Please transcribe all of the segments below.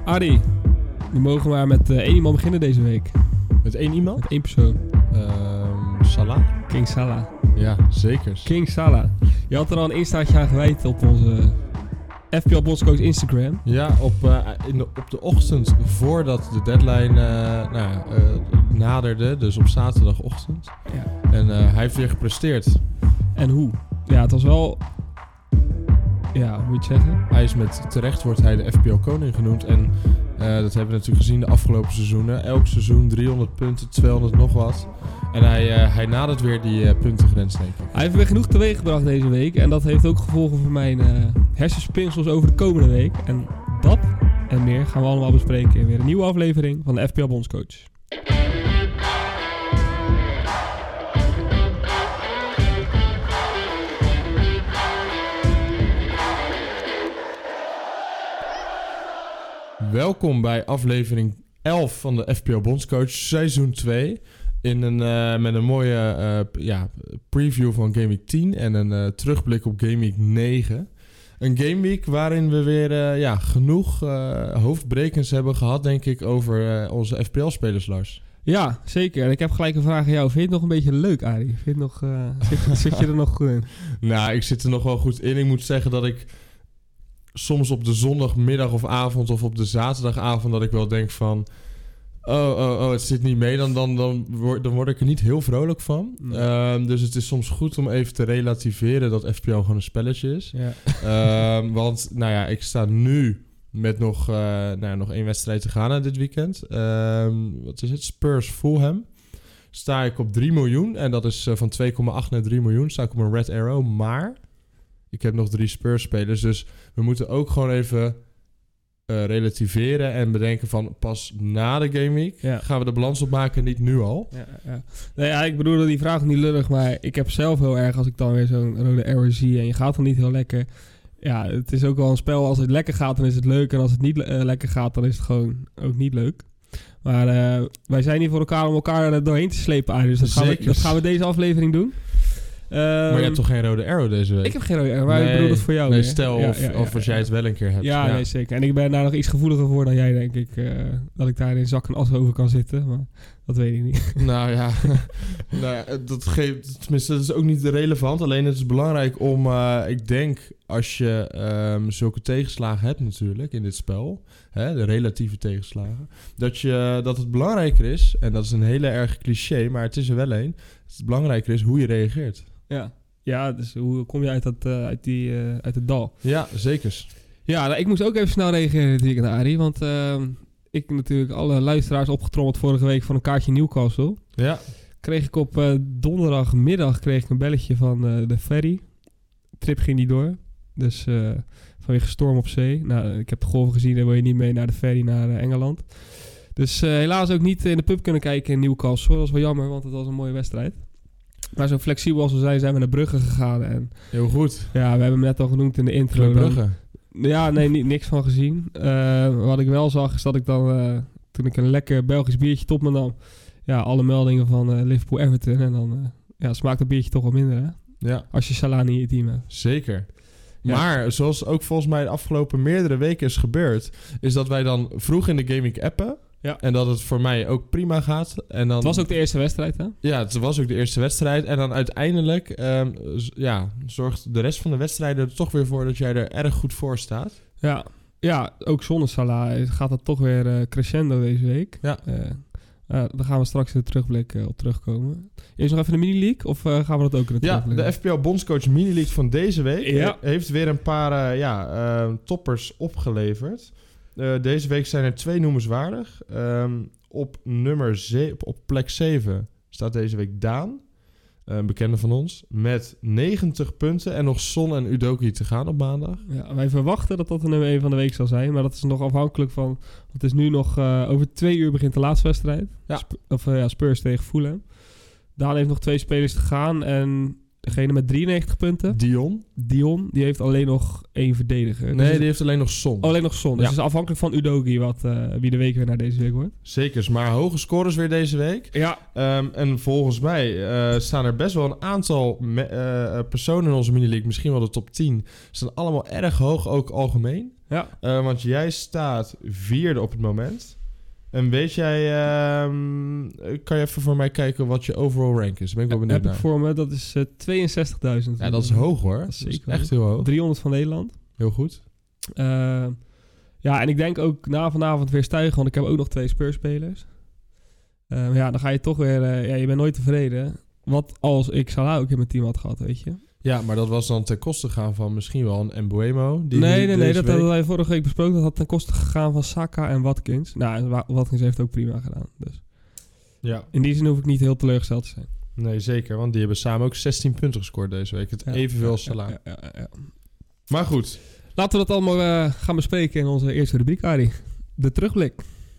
Arie, we mogen maar met één iemand beginnen deze week. Met één iemand? Met één persoon. Salah? King Salah. Ja, zeker. King Salah. Je had er al een instaatje aan gewijd op onze FPL Bondscoach Instagram. Ja, op de ochtend voordat de deadline naderde, dus op zaterdagochtend. Ja. En hij heeft weer gepresteerd. En hoe? Ja, het was wel... Ja, hoe moet je het zeggen? Hij is terecht wordt hij de FPL koning genoemd. En dat hebben we natuurlijk gezien de afgelopen seizoenen. Elk seizoen 300 punten, 200 nog wat. En hij nadert weer die puntengrens, denk ik. Hij heeft weer genoeg teweeg gebracht deze week. En dat heeft ook gevolgen voor mijn hersenspinsels over de komende week. En dat en meer gaan we allemaal bespreken in weer een nieuwe aflevering van de FPL Bondscoach. Welkom bij aflevering 11 van de FPL Bondscoach seizoen 2. Met een mooie preview van Game Week 10 en een terugblik op Game Week 9. Een Game Week waarin we weer genoeg hoofdbrekens hebben gehad, denk ik, over onze FPL-spelers, Lars. Ja, zeker. En ik heb gelijk een vraag aan jou. Vind je het nog een beetje leuk, Arie? Zit je er nog goed in? Nou, ik zit er nog wel goed in. Ik moet zeggen dat ik soms op de zondagmiddag of avond of op de zaterdagavond dat ik wel denk van... Oh, het zit niet mee. Dan word ik er niet heel vrolijk van. Nee. Dus het is soms goed om even te relativeren dat FPL gewoon een spelletje is. Ja. Want, ik sta nu met nog één wedstrijd te gaan dit weekend. Wat is het? Spurs Fulham. Sta ik op 3 miljoen. En dat is van 2,8 naar 3 miljoen. Sta ik op een red arrow. Maar ik heb nog 3 Spurs-spelers. Dus we moeten ook gewoon even relativeren en bedenken van pas na de gameweek gaan we de balans opmaken, niet nu al. Ja. Nou ja, ik bedoel die vraag niet lullig, maar ik heb zelf heel erg als ik dan weer zo'n rode arrow zie en je gaat dan niet heel lekker. Ja, het is ook wel een spel. Als het lekker gaat, dan is het leuk. En als het niet lekker gaat, dan is het gewoon ook niet leuk. Maar wij zijn hier voor elkaar om elkaar er doorheen te slepen. Dus dat gaan we deze aflevering doen. Maar je hebt toch geen rode arrow deze week? Ik heb geen rode arrow, maar ik bedoel dat voor jou. Nee, stel of als jij het wel een keer hebt. Ja, nee, zeker. En ik ben daar nog iets gevoeliger voor dan jij, denk ik. Dat ik daar in zak en as over kan zitten. Maar dat weet ik niet. Dat geeft... Tenminste, dat is ook niet relevant. Alleen het is belangrijk om... ik denk, als je zulke tegenslagen hebt natuurlijk in dit spel... de relatieve tegenslagen... Dat het belangrijker is... En dat is een hele erg cliché, maar het is er wel een... Het belangrijker is hoe je reageert. Ja, dus hoe kom je uit het dal? Ja, zeker. Ja, ik moest ook even snel reageren dit weekend, Arie. Want ik natuurlijk alle luisteraars opgetrommeld vorige week van een kaartje Newcastle. Ja. Kreeg ik op donderdagmiddag een belletje van de ferry. Trip ging niet door. Dus vanwege storm op zee. Nou, ik heb de golven gezien en wil je niet mee naar de ferry naar Engeland. Dus helaas ook niet in de pub kunnen kijken in Newcastle. Dat was wel jammer, want het was een mooie wedstrijd. Maar zo flexibel als we zijn we naar Brugge gegaan. En, heel goed. Ja, we hebben hem net al genoemd in de intro. Brugge? Ja, nee, niks van gezien. Wat ik wel zag is dat ik dan, toen ik een lekker Belgisch biertje tot me nam... Ja, alle meldingen van Liverpool-Everton. En dan smaakt het biertje toch wel minder, hè? Ja. Als je Salah niet in je team hebt. Zeker. Ja. Maar zoals ook volgens mij de afgelopen meerdere weken is gebeurd... is dat wij dan vroeg in de gaming appen... Ja. En dat het voor mij ook prima gaat. En dan, het was ook de eerste wedstrijd, hè? Ja, het was ook de eerste wedstrijd. En dan uiteindelijk zorgt de rest van de wedstrijden er toch weer voor... dat jij er erg goed voor staat. Ja, ook zonder Salah gaat dat toch weer crescendo deze week. Ja. Daar gaan we straks in de terugblik op terugkomen. Eerst nog even de mini-league, of gaan we dat ook in de terugblik? Ja, de FPL Bondscoach mini-league van deze week heeft weer een paar toppers opgeleverd. Deze week zijn er 2 noemenswaardig. Op plek 7 staat deze week Daan, een bekende van ons, met 90 punten en nog Son en Udogie te gaan op maandag. Ja, wij verwachten dat de nummer 1 van de week zal zijn, maar dat is nog afhankelijk van... Want het is nu nog over 2 uur begint de laatste wedstrijd. Ja. Spurs tegen Fulham. Daan heeft nog 2 spelers te gaan en degene met 93 punten. Dion, die heeft alleen nog 1 verdediger. Nee, die heeft alleen nog Son. Alleen nog Son. Dus Ja. het is afhankelijk van Udogie wie de week weer naar deze week wordt. Zekers, maar hoge scores weer deze week. Ja. En volgens mij staan er best wel een aantal personen in onze mini-league, misschien wel de top 10, staan allemaal erg hoog, ook algemeen. Ja. Want jij staat 4e op het moment. En weet jij, kan je even voor mij kijken wat je overall rank is? Ben ik wel benieuwd Heb ik naar. voor me, dat is 62.000. Ja, dat is hoog hoor. Dat is zeker echt heel hoog. 300 van Nederland. Heel goed. Ja, en ik denk ook na vanavond weer stijgen, want ik heb ook nog 2 Spurs-spelers. Ja, dan ga je toch weer... je bent nooit tevreden. Wat als ik Salah ook in mijn team had gehad, weet je? Ja, maar dat was dan ten koste gaan van misschien wel een Mbuemo. Nee, dat hadden wij vorige week besproken. Dat had ten koste gegaan van Saka en Watkins. Nou, Watkins heeft het ook prima gedaan. Dus Ja. in die zin hoef ik niet heel teleurgesteld te zijn. Nee, zeker. Want die hebben samen ook 16 punten gescoord deze week. Het evenveel als Salah. Ja. Maar goed. Laten we dat allemaal gaan bespreken in onze eerste rubriek, Arie. De terugblik.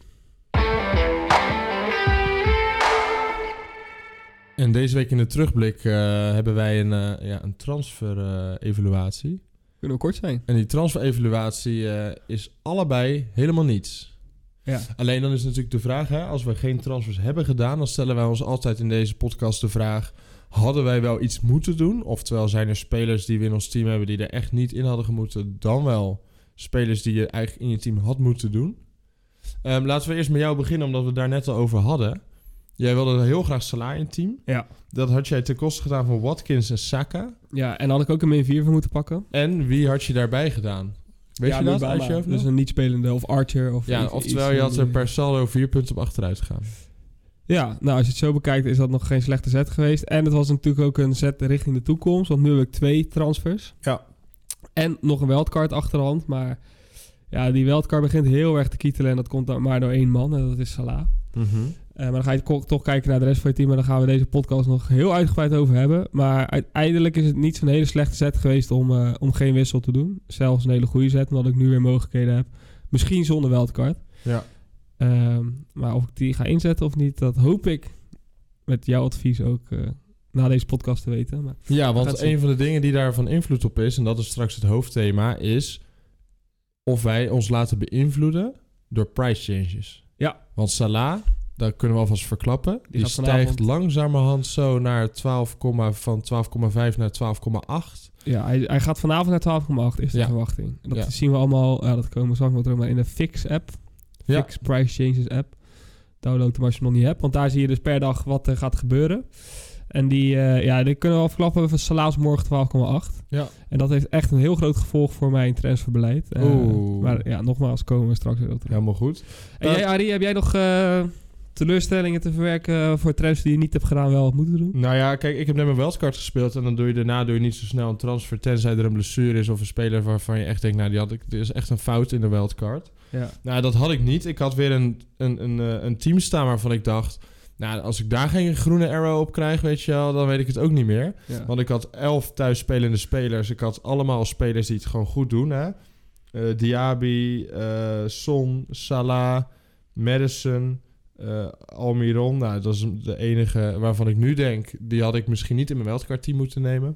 En deze week in de terugblik hebben wij een transfer-evaluatie. Kunnen we kort zijn? En die transfer-evaluatie is allebei helemaal niets. Ja. Alleen dan is natuurlijk de vraag, hè, als we geen transfers hebben gedaan, dan stellen wij ons altijd in deze podcast de vraag, hadden wij wel iets moeten doen? Oftewel, zijn er spelers die we in ons team hebben die er echt niet in hadden gemoeten, dan wel spelers die je eigenlijk in je team had moeten doen? Laten we eerst met jou beginnen, omdat we het daar net al over hadden. Jij wilde heel graag Salah in het team. Ja. Dat had jij ten koste gedaan van Watkins en Saka. Ja, en had ik ook een min 4 voor moeten pakken. En wie had je daarbij gedaan? Weet je dat? Uit je hoofd nog? Dus een niet-spelende of Archer. Oftewel je had er per saldo 4 punten op achteruit gegaan. Ja, nou als je het zo bekijkt is dat nog geen slechte zet geweest. En het was natuurlijk ook een zet richting de toekomst. Want nu heb ik 2 transfers. Ja. En nog een wildcard achter de hand. Maar ja, die wildcard begint heel erg te kietelen. En dat komt dan maar door 1 man. En dat is Salah. Maar dan ga je toch kijken naar de rest van je team. En dan gaan we deze podcast nog heel uitgebreid over hebben. Maar uiteindelijk is het niet zo'n hele slechte zet geweest om geen wissel te doen. Zelfs een hele goede zet, omdat ik nu weer mogelijkheden heb. Misschien zonder wildcard. Ja. Maar of ik die ga inzetten of niet, dat hoop ik met jouw advies ook na deze podcast te weten. Maar Ja, want een van de dingen die daar van invloed op is, en dat is straks het hoofdthema, is of wij ons laten beïnvloeden door price changes. Ja. Want Salah, dat kunnen we alvast verklappen, die stijgt langzamerhand zo naar van 12,5 naar 12,8. Ja, hij gaat vanavond naar 12,8 is de verwachting. En dat zien we allemaal, dat komen we straks nog terug, maar in de Fix-app. Fix Price Changes app. Download hem als je hem nog niet hebt. Want daar zie je dus per dag wat er gaat gebeuren. En die kunnen we al verklappen van Salah morgen 12,8. Ja. En dat heeft echt een heel groot gevolg voor mijn transferbeleid. Maar ja, nogmaals, komen we straks weer op terug. Helemaal goed. En jij, Arie, heb jij nog teleurstellingen te verwerken voor transfers die je niet hebt gedaan wel moeten doen? Nou ja, kijk, ik heb net mijn wildcard gespeeld en dan doe je niet zo snel een transfer, tenzij er een blessure is of een speler waarvan je echt denkt, nou, dit is echt een fout in de wildcard. Ja. Nou, dat had ik niet. Ik had weer een team staan waarvan ik dacht, nou, als ik daar geen groene arrow op krijg, weet je wel, dan weet ik het ook niet meer. Ja. Want ik had 11 thuis spelende spelers. Ik had allemaal spelers die het gewoon goed doen, hè. Diaby, Son, Salah, Madison, Almiron. Nou, dat is de enige waarvan ik nu denk, die had ik misschien niet in mijn wildcard team moeten nemen.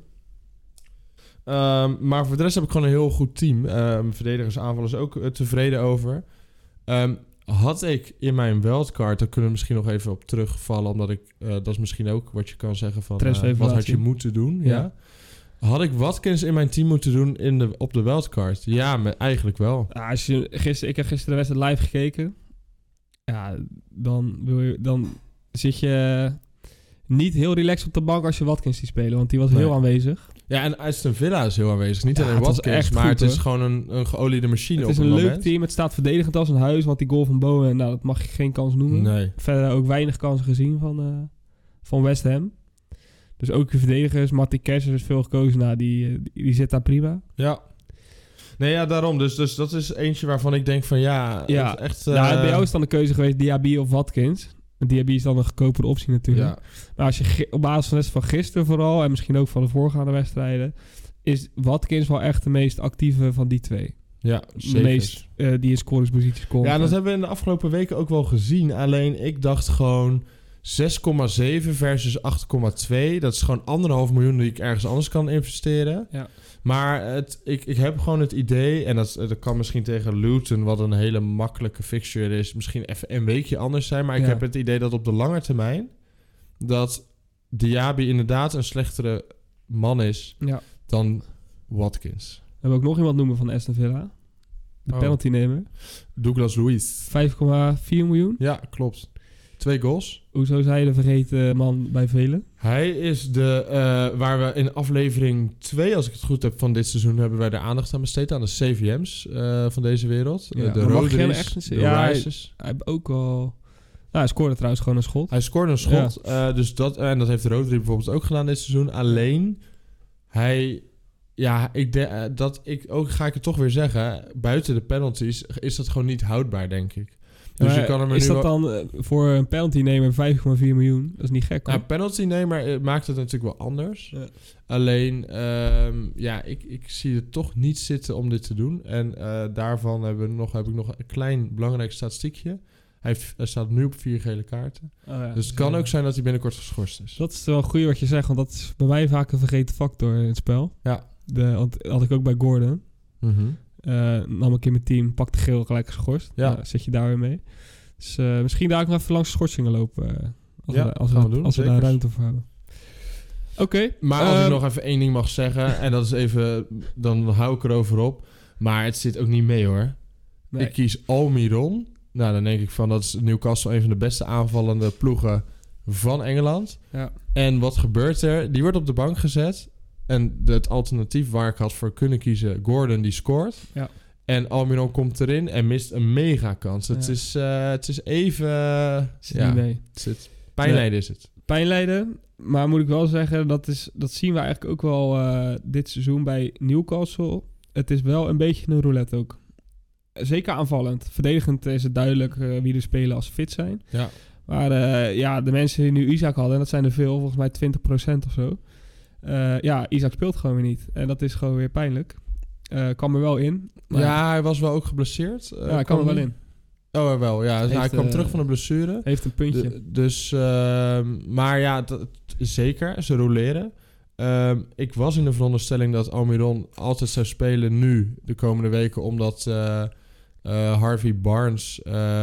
Maar voor de rest heb ik gewoon een heel goed team. Verdedigers, aanvallers ook tevreden over. Had ik in mijn wildcard, daar kunnen we misschien nog even op terugvallen, omdat ik, dat is misschien ook wat je kan zeggen van, wat had je moeten doen. Ja. Had ik Watkins in mijn team moeten doen op de wildcard? Ja, eigenlijk wel. Ja, ik heb gisteren de wedstrijd live gekeken. Ja, dan zit je niet heel relaxed op de bank als je Watkins ziet spelen, want die was heel aanwezig. Ja, en Aston Villa is heel aanwezig. Niet alleen Watkins, maar het is gewoon een geoliede machine op het moment. Het is een leuk team. Het staat verdedigend als een huis, want die goal van Bowen, nou, dat mag je geen kans noemen. Nee. Verder ook weinig kansen gezien van West Ham. Dus ook de verdedigers. Matty Cash is veel gekozen. Nou, die zit daar prima. Ja. Nee, ja, daarom. Dus dat is eentje waarvan ik denk van ja. Echt, bij jou is dan de keuze geweest Diaby of Watkins. Diaby is dan een goedkopere optie natuurlijk. Ja. Maar als je op basis van de wedstrijd van gisteren vooral, en misschien ook van de voorgaande wedstrijden, is Watkins wel echt de meest actieve van die twee. Ja, zeker. De meest die in scoringsposities komt. Ja, dat hebben we in de afgelopen weken ook wel gezien. Alleen ik dacht gewoon, 6,7 versus 8,2. Dat is gewoon 1,5 miljoen die ik ergens anders kan investeren. Ja. Maar ik heb gewoon het idee... en dat kan misschien tegen Luton... wat een hele makkelijke fixture is... misschien even een weekje anders zijn... maar ik heb het idee dat op de lange termijn... dat Diaby inderdaad een slechtere man is... dan Watkins. We hebben ook nog iemand noemen van Aston Villa. De penalty nemer. Douglas Luiz. 5,4 miljoen. Ja, klopt. 2 goals. Hoezo zei je de vergeten man bij velen? Hij is waar we in aflevering 2, als ik het goed heb, van dit seizoen... hebben wij de aandacht aan besteed aan de CVM's van deze wereld. Ja, de Rodri's, de Rices. Hij heeft ook wel... hij scoorde trouwens gewoon een schot. Hij scoorde een schot. Ja. Dus en dat heeft de Rodri bijvoorbeeld ook gedaan dit seizoen. Alleen, hij... Ja, ga ik het toch weer zeggen. Buiten de penalties is dat gewoon niet houdbaar, denk ik. Dus je kan is dat dan voor een penalty-nemer 5,4 miljoen? Dat is niet gek, hoor. Nou, penalty-nemer maakt het natuurlijk wel anders. Ja. Alleen, ik zie het toch niet zitten om dit te doen. En daarvan heb ik nog een klein belangrijk statistiekje. Hij staat nu op 4 gele kaarten. Dus het kan ook zijn dat hij binnenkort geschorst is. Dat is wel goed wat je zegt, want dat is bij mij vaak een vergeten factor in het spel. Ja. Want had ik ook bij Gordon. Mm-hmm. Nam ik in mijn team, pakte geel gelijk geschorst. Ja. Zit je daar weer mee. Dus misschien daar ook nog even langs de schorsingen lopen. Als we daar ruimte voor hebben. Oké. Maar als ik nog even één ding mag zeggen... en dat is even... dan hou ik erover op. Maar het zit ook niet mee, hoor. Nee. Ik kies Almiron. Nou, dan denk ik van... dat is Newcastle een van de beste aanvallende ploegen van Engeland. Ja. En wat gebeurt er? Die wordt op de bank gezet... En het alternatief waar ik had voor kunnen kiezen... Gordon, die scoort. Ja. En Almiron komt erin en mist een mega kans. Het is even... niet mee. Pijnlijden is het. Pijnlijden. Maar moet ik wel zeggen... dat zien we eigenlijk ook wel dit seizoen bij Newcastle. Het is wel een beetje een roulette ook. Zeker aanvallend. Verdedigend is het duidelijk wie er spelen als ze fit zijn. Ja. Maar de mensen die nu Isaac hadden... en dat zijn er veel, volgens mij 20% of zo... Isaac speelt gewoon weer niet. En dat is gewoon weer pijnlijk. Kwam er wel in. Ja, hij was wel ook geblesseerd. Hij kwam er wel in. Oh, wel. Ja, hij kwam terug van de blessure. Heeft een puntje. Maar ja, dat is zeker. Ze roleren. Ik was in de veronderstelling dat Almiron altijd zou spelen nu, de komende weken, omdat Harvey Barnes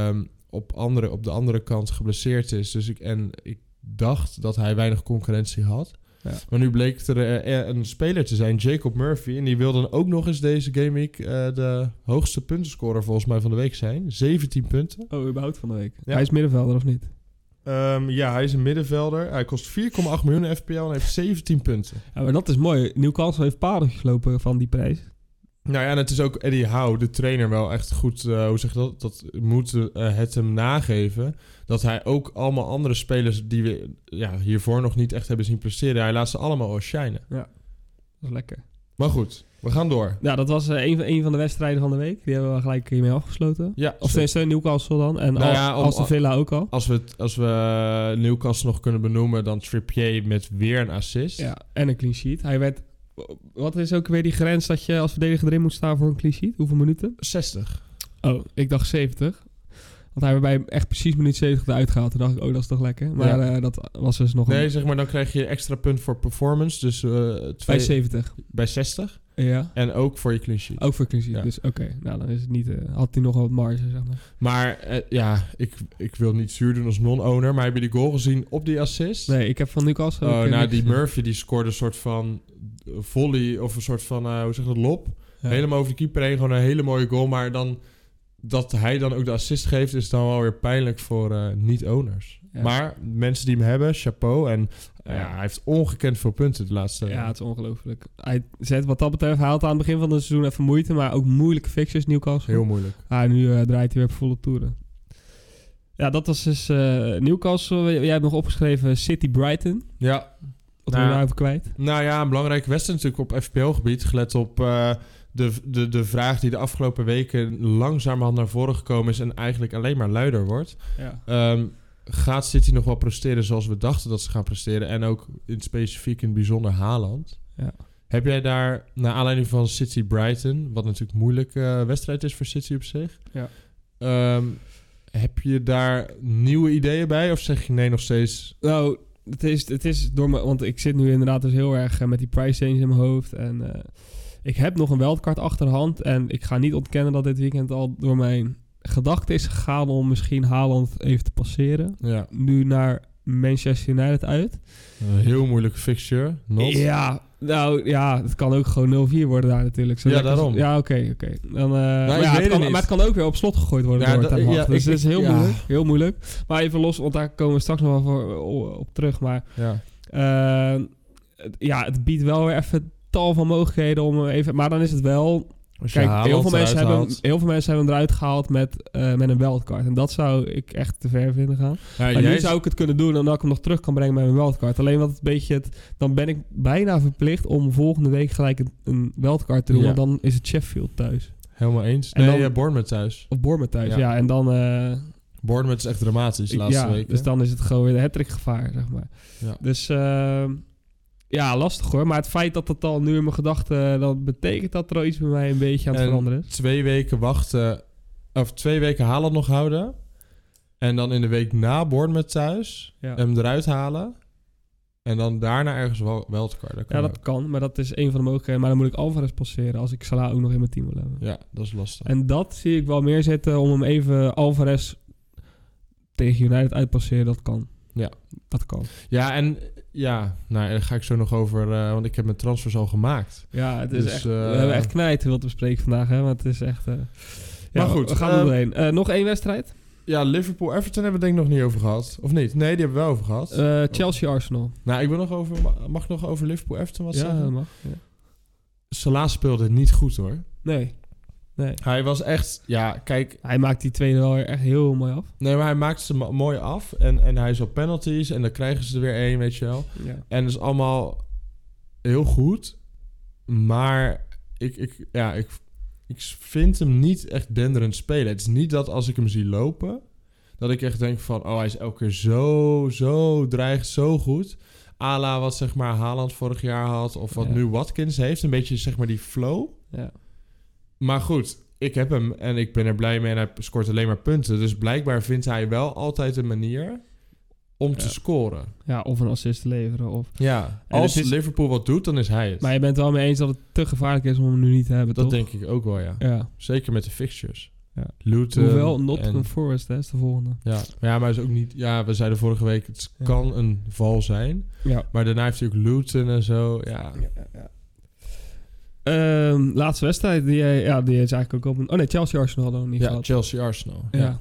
op de andere kant geblesseerd is. Dus ik dacht dat hij weinig concurrentie had. Ja. Maar nu bleek er een speler te zijn, Jacob Murphy. En die wil dan ook nog eens deze gameweek de hoogste puntenscorer volgens mij van de week zijn. 17 punten. Oh, überhaupt van de week. Ja. Hij is middenvelder of niet? Hij is een middenvelder. Hij kost 4,8 miljoen FPL en heeft 17 punten. Ja, maar dat is mooi. Newcastle heeft paarden gelopen van die prijs. Nou ja, en het is ook Eddie Howe, de trainer, wel echt goed... hoe zeg je dat? Dat moet het hem nageven... dat hij ook allemaal andere spelers... die we hiervoor nog niet echt hebben zien presteren... hij laat ze allemaal al shinen. Ja, dat is lekker. Maar goed, we gaan door. Ja, dat was een van de wedstrijden van de week. Die hebben we gelijk hiermee afgesloten. Ja, of tenminste Newcastle dan. En Aston Villa ook al. Als we Newcastle nog kunnen benoemen... dan Trippier met weer een assist. Ja, en een clean sheet. Hij werd... Wat is ook weer die grens dat je als verdediger erin moet staan voor een clean sheet? Hoeveel minuten? 60. Oh, ik dacht 70. Want hij werd bij echt precies minuut 70 eruit gehaald. Toen dacht ik, dat is toch lekker. Maar dat was dus nog... Nee, zeg maar, dan krijg je extra punt voor performance. Dus bij 70. Bij 60. Ja. En ook voor je clean sheet. Ook voor clean sheet. Ja. Dus oké. Nou, dan is het niet... had hij nog wat marge, zeg maar. Maar ik wil niet zuur doen als non-owner. Maar heb je die goal gezien op die assist? Nee, ik heb van Newcastle... die Murphy die scoorde een soort van volley of een soort van, hoe zeg je dat, lob. Ja. Helemaal over de keeper heen. Gewoon een hele mooie goal. Maar dan... dat hij dan ook de assist geeft, is dan wel weer pijnlijk voor niet-owners. Ja. Maar mensen die hem hebben, chapeau. En hij heeft ongekend veel punten de laatste... Ja, het is ongelooflijk. Hij zet wat dat betreft, hij had aan het begin van het seizoen even moeite, maar ook moeilijke fixtures, Newcastle. Heel moeilijk. Nu draait hij weer op volle toeren. Ja, dat was dus Newcastle. Jij hebt nog opgeschreven City Brighton. Ja. Wat ben je daar even kwijt? Nou ja, een belangrijke wedstrijd natuurlijk op FPL-gebied, gelet op... De vraag die de afgelopen weken langzamerhand naar voren gekomen is... en eigenlijk alleen maar luider wordt. Ja. Gaat City nog wel presteren zoals we dachten dat ze gaan presteren? En ook specifiek in het bijzonder Haaland. Ja. Heb jij daar, naar aanleiding van City Brighton... wat natuurlijk een moeilijke wedstrijd is voor City op zich... Ja. Heb je daar nieuwe ideeën bij? Of zeg je nee nog steeds? Nou, het is door me... Want ik zit nu inderdaad dus heel erg met die price change in mijn hoofd. En ik heb nog een wildcard achter de hand. En ik ga niet ontkennen dat dit weekend al door mijn gedachte is gegaan om misschien Haaland even te passeren. Ja. Nu naar Manchester United uit. Een heel moeilijke fixture. Ja, nou ja, het kan ook gewoon 0-4 worden daar natuurlijk. Zo Ja, lekker. daarom. Ja, oké. Dan, maar het kan ook weer op slot gegooid worden door Ten Hag. Dus het is heel moeilijk. Maar even los, want daar komen we straks nog wel op terug. Maar het biedt wel weer even tal van mogelijkheden om even... Maar dan is het wel... Kijk, heel veel mensen hebben hem eruit gehaald met een wildcard. En dat zou ik echt te ver vinden gaan. Ja, maar nu zou ik het kunnen doen en dat ik hem nog terug kan brengen met mijn wildcard. Alleen wat het beetje dan ben ik bijna verplicht om volgende week gelijk een wildcard te doen. Want dan is het Sheffield thuis. Helemaal eens. Bournemouth thuis. Of Bournemouth thuis, ja. En dan... Bournemouth is echt dramatisch de laatste weken. Dus dan is het gewoon weer de hat-trick gevaar, zeg maar. Ja. Dus... ja, lastig hoor. Maar het feit dat het al nu in mijn gedachten... dat betekent dat er al iets bij mij een beetje aan het veranderen is. 2 weken wachten... of 2 weken Haaland nog houden. En dan in de week na Bournemouth thuis... hem eruit halen. En dan daarna ergens wildcard. Dat kan. Maar dat is een van de mogelijkheden. Maar dan moet ik Alvarez passeren... als ik Salah ook nog in mijn team wil hebben. Ja, dat is lastig. En dat zie ik wel meer zitten... om hem even Alvarez tegen United uitpasseren. Dat kan. Ja. Dat kan. Ja, en... Ja, nou, daar ga ik zo nog over... want ik heb mijn transfers al gemaakt. Ja, het is echt... we hebben echt knijt wat te bespreken vandaag, hè. Want het is echt... maar goed. We gaan er doorheen. Nog 1 wedstrijd? Ja, Liverpool-Everton hebben we denk ik nog niet over gehad. Of niet? Nee, die hebben we wel over gehad. Chelsea-Arsenal. Nou, ik wil nog over... Mag ik nog over Liverpool-Everton wat zeggen? Ja, dat mag. Ja. Salah speelde niet goed, hoor. Nee. Hij was echt... Ja, kijk... Hij maakt die tweede wel echt heel mooi af. Nee, maar hij maakt ze mooi af. En hij is op penalties. En dan krijgen ze er weer 1, weet je wel. Ja. En dat is allemaal heel goed. Maar ik vind hem niet echt denderend spelen. Het is niet dat als ik hem zie lopen... dat ik echt denk van... Oh, hij is elke keer zo dreigend, zo goed. À la wat zeg maar Haaland vorig jaar had. Of wat nu Watkins heeft. Een beetje zeg maar die flow. Ja. Maar goed, ik heb hem en ik ben er blij mee en hij scoort alleen maar punten. Dus blijkbaar vindt hij wel altijd een manier om te scoren. Ja, of een assist te leveren. Of... Ja, als Liverpool wat doet, dan is hij het. Maar je bent het wel mee eens dat het te gevaarlijk is om hem nu niet te hebben, dat toch? denk ik ook wel, ja. Zeker met de fixtures. Ja. Luton. Hoewel, Nottingham Forest, hè, is de volgende. Ja, maar hij is ook niet... Ja, we zeiden vorige week, het kan een val zijn. Ja. Maar daarna heeft hij ook Luton en zo, ja. Laatste wedstrijd, die is eigenlijk ook op een... Oh nee, Chelsea-Arsenal hadden we niet gehad. Chelsea-Arsenal. Ja.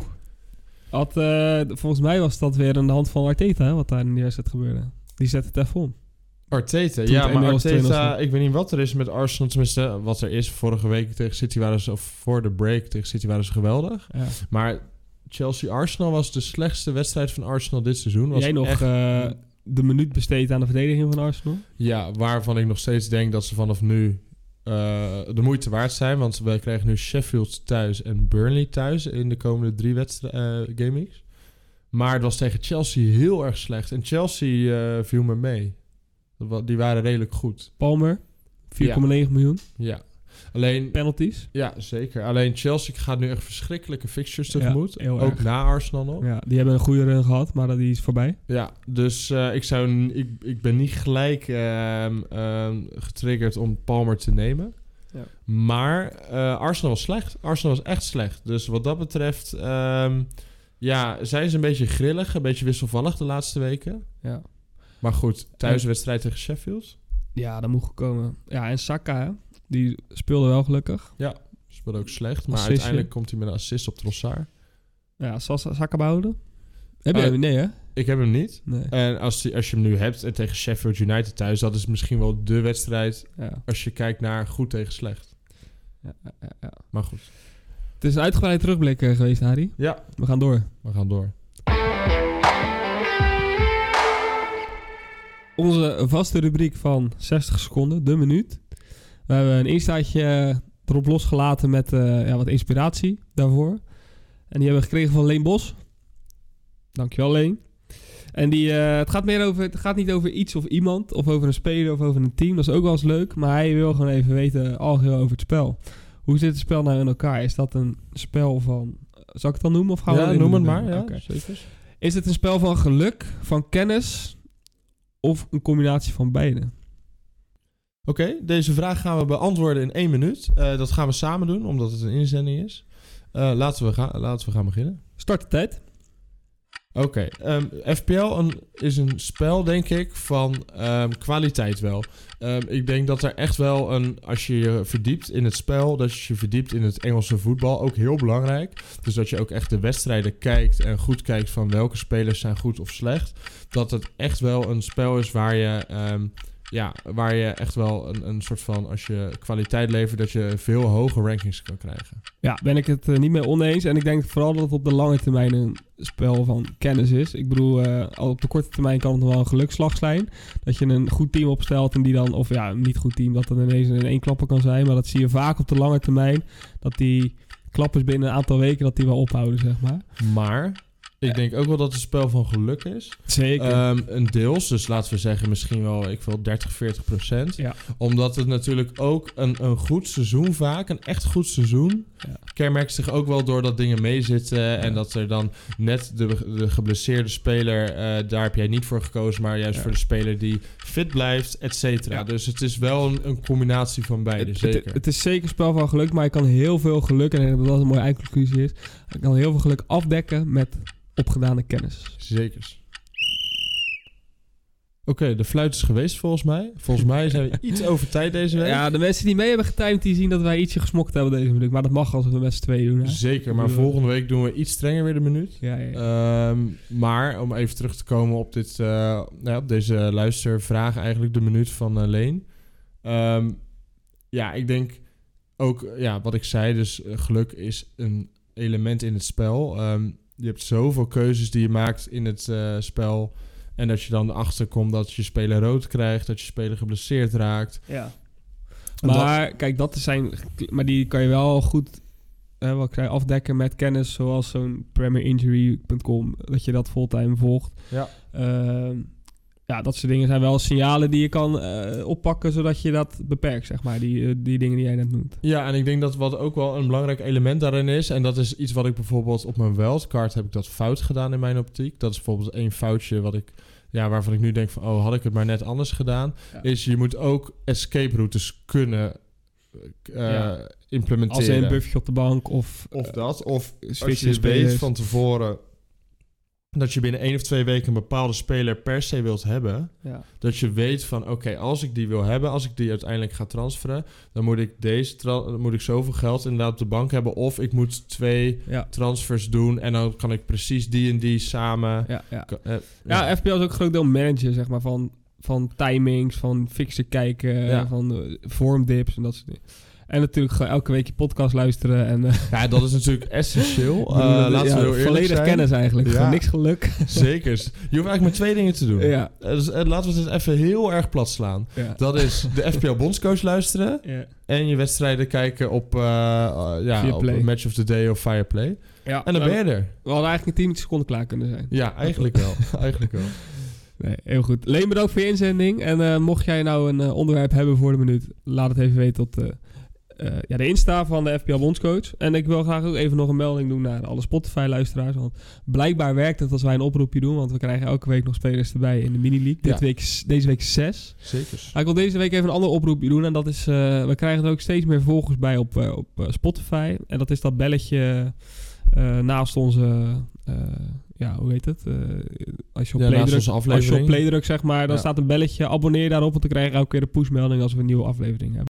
Volgens mij was dat weer aan de hand van Arteta, hè, wat daar in die wedstrijd gebeurde. Die zette het even om. Arteta, maar Arteta... Ik weet niet wat er is met Arsenal. Tenminste, wat er is. Vorige week tegen City waren ze... Of voor de break tegen City waren ze geweldig. Ja. Maar Chelsea-Arsenal was de slechtste wedstrijd van Arsenal dit seizoen. Was jij nog echt, de minuut besteed aan de verdediging van Arsenal? Ja, waarvan ik nog steeds denk dat ze vanaf nu de moeite waard zijn. Want we krijgen nu Sheffield thuis en Burnley thuis in de komende 3 gameweeks. Maar het was tegen Chelsea heel erg slecht. En Chelsea viel me mee. Die waren redelijk goed. Palmer, 4,9 miljoen. Ja. Alleen penalties. Ja, zeker. Alleen Chelsea gaat nu echt verschrikkelijke fixtures tegemoet. Ja, ook erg. Na Arsenal nog. Ja, die hebben een goede run gehad, maar die is voorbij. Ja, dus ik ben niet gelijk getriggerd om Palmer te nemen. Ja. Maar Arsenal was slecht. Arsenal was echt slecht. Dus wat dat betreft... zijn ze een beetje grillig, een beetje wisselvallig de laatste weken. Ja. Maar goed, thuiswedstrijd tegen Sheffield. Ja, dat moet gekomen. Ja, en Saka, hè? Die speelde wel gelukkig. Ja, speelde ook slecht. Maar uiteindelijk komt hij met een assist op Trossard. Ja, zal Saka behouden? Heb je hem? Nee, hè? Ik heb hem niet. Nee. En als je hem nu hebt en tegen Sheffield United thuis... dat is misschien wel de wedstrijd als je kijkt naar goed tegen slecht. Ja. Maar goed. Het is een uitgebreid terugblik geweest, Harry. Ja. We gaan door. Onze vaste rubriek van 60 seconden, de minuut. We hebben een instaatje erop losgelaten met wat inspiratie daarvoor. En die hebben we gekregen van Leen Bos. Dankjewel, Leen. En het gaat niet over iets of iemand, of over een speler of over een team. Dat is ook wel eens leuk, maar hij wil gewoon even weten algeheel over het spel. Hoe zit het spel nou in elkaar? Is dat een spel van Zal ik het dan noemen? Of gaan we Ja, erin noem het doen? maar. Ja, Oké. zeker. Is het een spel van geluk, van kennis of een combinatie van beide? Oké, deze vraag gaan we beantwoorden in 1 minuut. Dat gaan we samen doen, omdat het een inzending is. Laten we gaan beginnen. Start de tijd. Oké, FPL is een spel, denk ik, van kwaliteit wel. Ik denk dat er echt wel als je je verdiept in het spel, dat je je verdiept in het Engelse voetbal, ook heel belangrijk. Dus dat je ook echt de wedstrijden kijkt en goed kijkt van welke spelers zijn goed of slecht. Dat het echt wel een spel is waar je echt wel een soort van, als je kwaliteit levert, dat je veel hoge rankings kan krijgen. Ja, ben ik het niet mee oneens. En ik denk vooral dat het op de lange termijn een spel van kennis is. Ik bedoel, al op de korte termijn kan het nog wel een geluksslag zijn. Dat je een goed team opstelt en die dan, of ja, een niet goed team, dat dan ineens in 1 klapper kan zijn. Maar dat zie je vaak op de lange termijn, dat die klappers binnen een aantal weken, dat die wel ophouden, zeg maar. Maar ik denk ook wel dat het een spel van geluk is. Zeker. Een deels, dus laten we zeggen misschien wel, 30-40%. Ja. Omdat het natuurlijk ook een goed seizoen vaak, een echt goed seizoen, kenmerkt zich ook wel door dat dingen meezitten. En dat er dan net de geblesseerde speler, daar heb jij niet voor gekozen, maar juist voor de speler die fit blijft, et cetera. Ja. Dus het is wel een combinatie van beide, zeker. Het is zeker een spel van geluk, maar je kan heel veel geluk, en ik denk dat dat een mooie eindconclusie is, je kan heel veel geluk afdekken met opgedane kennis. Zekers. Oké, de fluit is geweest volgens mij. Volgens mij zijn we iets over tijd deze week. Ja, de mensen die mee hebben getimed, die zien dat wij ietsje gesmokt hebben deze minuut. Maar dat mag als we met z'n tweeën doen. Hè? Zeker, maar volgende week doen we iets strenger weer de minuut. Ja. Maar om even terug te komen op op deze luistervraag, eigenlijk de minuut van Leen. Ik denk ook, wat ik zei, dus geluk is een element in het spel. Je hebt zoveel keuzes die je maakt in het spel. En dat je dan erachter komt dat je speler rood krijgt, dat je speler geblesseerd raakt. Ja. Maar kijk, maar die kan je wel goed wat ik zei, afdekken met kennis, zoals zo'n premierinjury.com, dat je dat fulltime volgt. Ja. Dat soort dingen zijn wel signalen die je kan oppakken, zodat je dat beperkt, zeg maar, die dingen die jij net noemt. Ja, en ik denk dat wat ook wel een belangrijk element daarin is, en dat is iets wat ik bijvoorbeeld op mijn wildcard heb ik dat fout gedaan in mijn optiek. Dat is bijvoorbeeld 1 foutje waarvan ik nu denk van, had ik het maar net anders gedaan. Ja. Is je moet ook escape routes kunnen implementeren. Als een buffje op de bank of als je weet van tevoren dat je binnen 1 of 2 weken een bepaalde speler per se wilt hebben. Ja. Dat je weet van, oké, als ik die wil hebben, als ik die uiteindelijk ga transferen, dan moet ik moet ik zoveel geld inderdaad op de bank hebben. Of ik moet 2 transfers doen en dan kan ik precies die en die samen. FPL is ook een groot deel managen, zeg maar, van timings, van fixen kijken, van vormdips en dat soort dingen. En natuurlijk elke week je podcast luisteren. En, dat is natuurlijk essentieel. Laten we heel eerlijk volledig zijn. Kennis eigenlijk. Gewoon niks geluk. Zeker. Je hoeft eigenlijk maar 2 dingen te doen. Ja. Dus, laten we het even heel erg plat slaan. Ja. Dat is de FPL Bondscoach luisteren. Ja. En je wedstrijden kijken op Match of the Day of Fireplay. Ja, en dan ben je er. We hadden eigenlijk in 10 seconden klaar kunnen zijn. Ja, eigenlijk wel. Eigenlijk wel. Nee, heel goed. Leen, bedankt voor je inzending. En mocht jij nou een onderwerp hebben voor de minuut, laat het even weten op de Insta van de FPL Bondscoach. En ik wil graag ook even nog een melding doen naar alle Spotify-luisteraars. Want blijkbaar werkt het als wij een oproepje doen. Want we krijgen elke week nog spelers erbij in de mini-league. Deze week 6. Zeker. Ik wil deze week even een ander oproepje doen. En dat is, we krijgen er ook steeds meer volgers bij op Spotify. En dat is dat belletje naast onze... hoe heet het? Als je op play drukt, zeg maar, dan staat een belletje. Abonneer daarop, want dan krijg je elke keer de pushmelding als we een nieuwe aflevering hebben.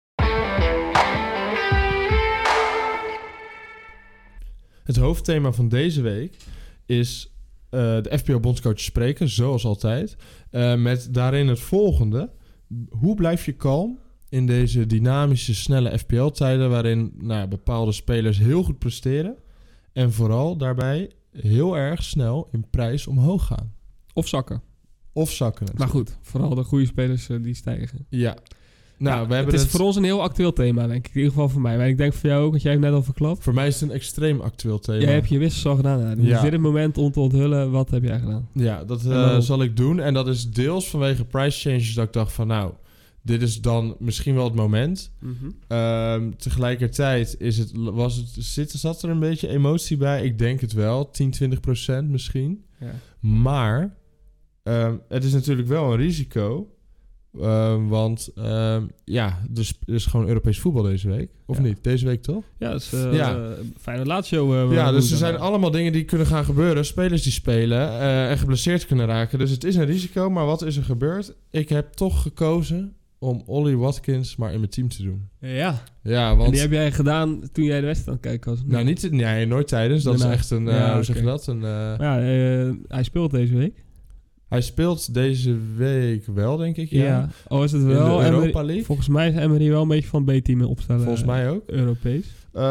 Het hoofdthema van deze week is de FPL Bondscoach spreken, zoals altijd. Met daarin het volgende. Hoe blijf je kalm in deze dynamische, snelle FPL-tijden... waarin bepaalde spelers heel goed presteren... en vooral daarbij heel erg snel in prijs omhoog gaan. Of zakken. Natuurlijk. Maar goed, vooral de goede spelers die stijgen. Ja. Het is voor ons een heel actueel thema, denk ik. In ieder geval voor mij. Maar ik denk voor jou ook, want jij hebt net al verklapt. Voor mij is het een extreem actueel thema. Jij hebt je wissels al gedaan. Dus dit het moment om te onthullen, wat heb jij gedaan? Ja, dat zal ik doen. En dat is deels vanwege price changes dat ik dacht van dit is dan misschien wel het moment. Tegelijkertijd zat er een beetje emotie bij. Ik denk het wel, 10-20% misschien. Ja. Maar het is natuurlijk wel een risico. Want er is gewoon Europees voetbal deze week. Of niet? Deze week toch? Ja, dat is fijne Lazio. Dus er zijn allemaal dingen die kunnen gaan gebeuren. Spelers die spelen en geblesseerd kunnen raken. Dus het is een risico. Maar wat is er gebeurd? Ik heb toch gekozen om Ollie Watkins maar in mijn team te doen. Ja, want... En die heb jij gedaan toen jij de wedstrijd aan het kijken was? Nou, nooit tijdens. Dat is echt een... hoe zeg je dat? Hij speelt deze week. Hij speelt deze week wel, denk ik. Ja. Is het wel? In de Europa League. Volgens mij is Emery wel een beetje van B-team opstellen. Volgens mij ook. Europees.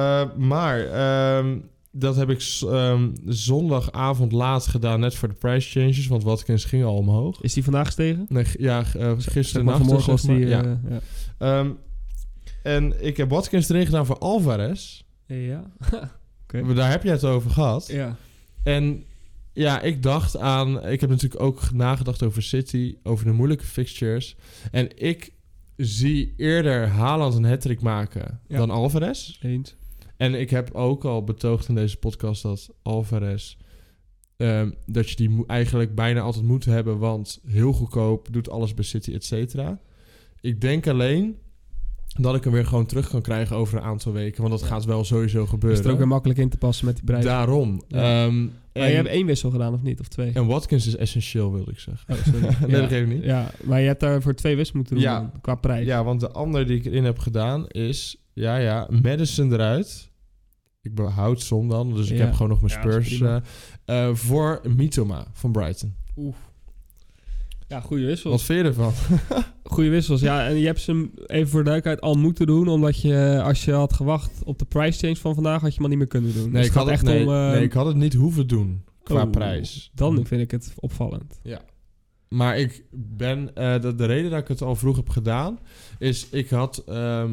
Dat heb ik zondagavond laat gedaan, net voor de price changes. Want Watkins ging al omhoog. Is die vandaag gestegen? Nee, gisteren nacht. Vanmorgen was die... En ik heb Watkins erin gedaan voor Alvarez. Ja. Okay. Daar heb je het over gehad. Ja. En... Ja, ik dacht aan... Ik heb natuurlijk ook nagedacht over City, over de moeilijke fixtures. En ik zie eerder Haaland een hat-trick maken dan Alvarez. Eens. En ik heb ook al betoogd in deze podcast dat Alvarez... dat je die eigenlijk bijna altijd moet hebben, want heel goedkoop, doet alles bij City, et cetera. Ik denk alleen dat ik hem weer gewoon terug kan krijgen over een aantal weken. Want dat gaat wel sowieso gebeuren. Is er ook weer makkelijk in te passen met die prijs. Daarom. Ja. Maar je hebt 1 wissel gedaan, of niet? Of 2? En Watkins is essentieel, wilde ik zeggen. Oh, sorry. Nee, dat geef ik niet. Ja, maar je hebt daarvoor 2 wissels moeten doen dan, qua prijs. Ja, want de andere die ik erin heb gedaan is... Madison eruit. Ik behoud Son dan. Dus ik heb gewoon nog mijn Spurs. Voor Mitoma van Brighton. Ja, goede wissels. Wat vind je ervan? Goede wissels, ja. En je hebt ze even voor de duidelijkheid al moeten doen. Omdat je, als je had gewacht op de price change van vandaag, had je hem al niet meer kunnen doen. Nee, dus ik had het niet hoeven doen qua prijs. Dan vind ik het opvallend. Ja. Maar ik ben... de reden dat ik het al vroeg heb gedaan... is ik had...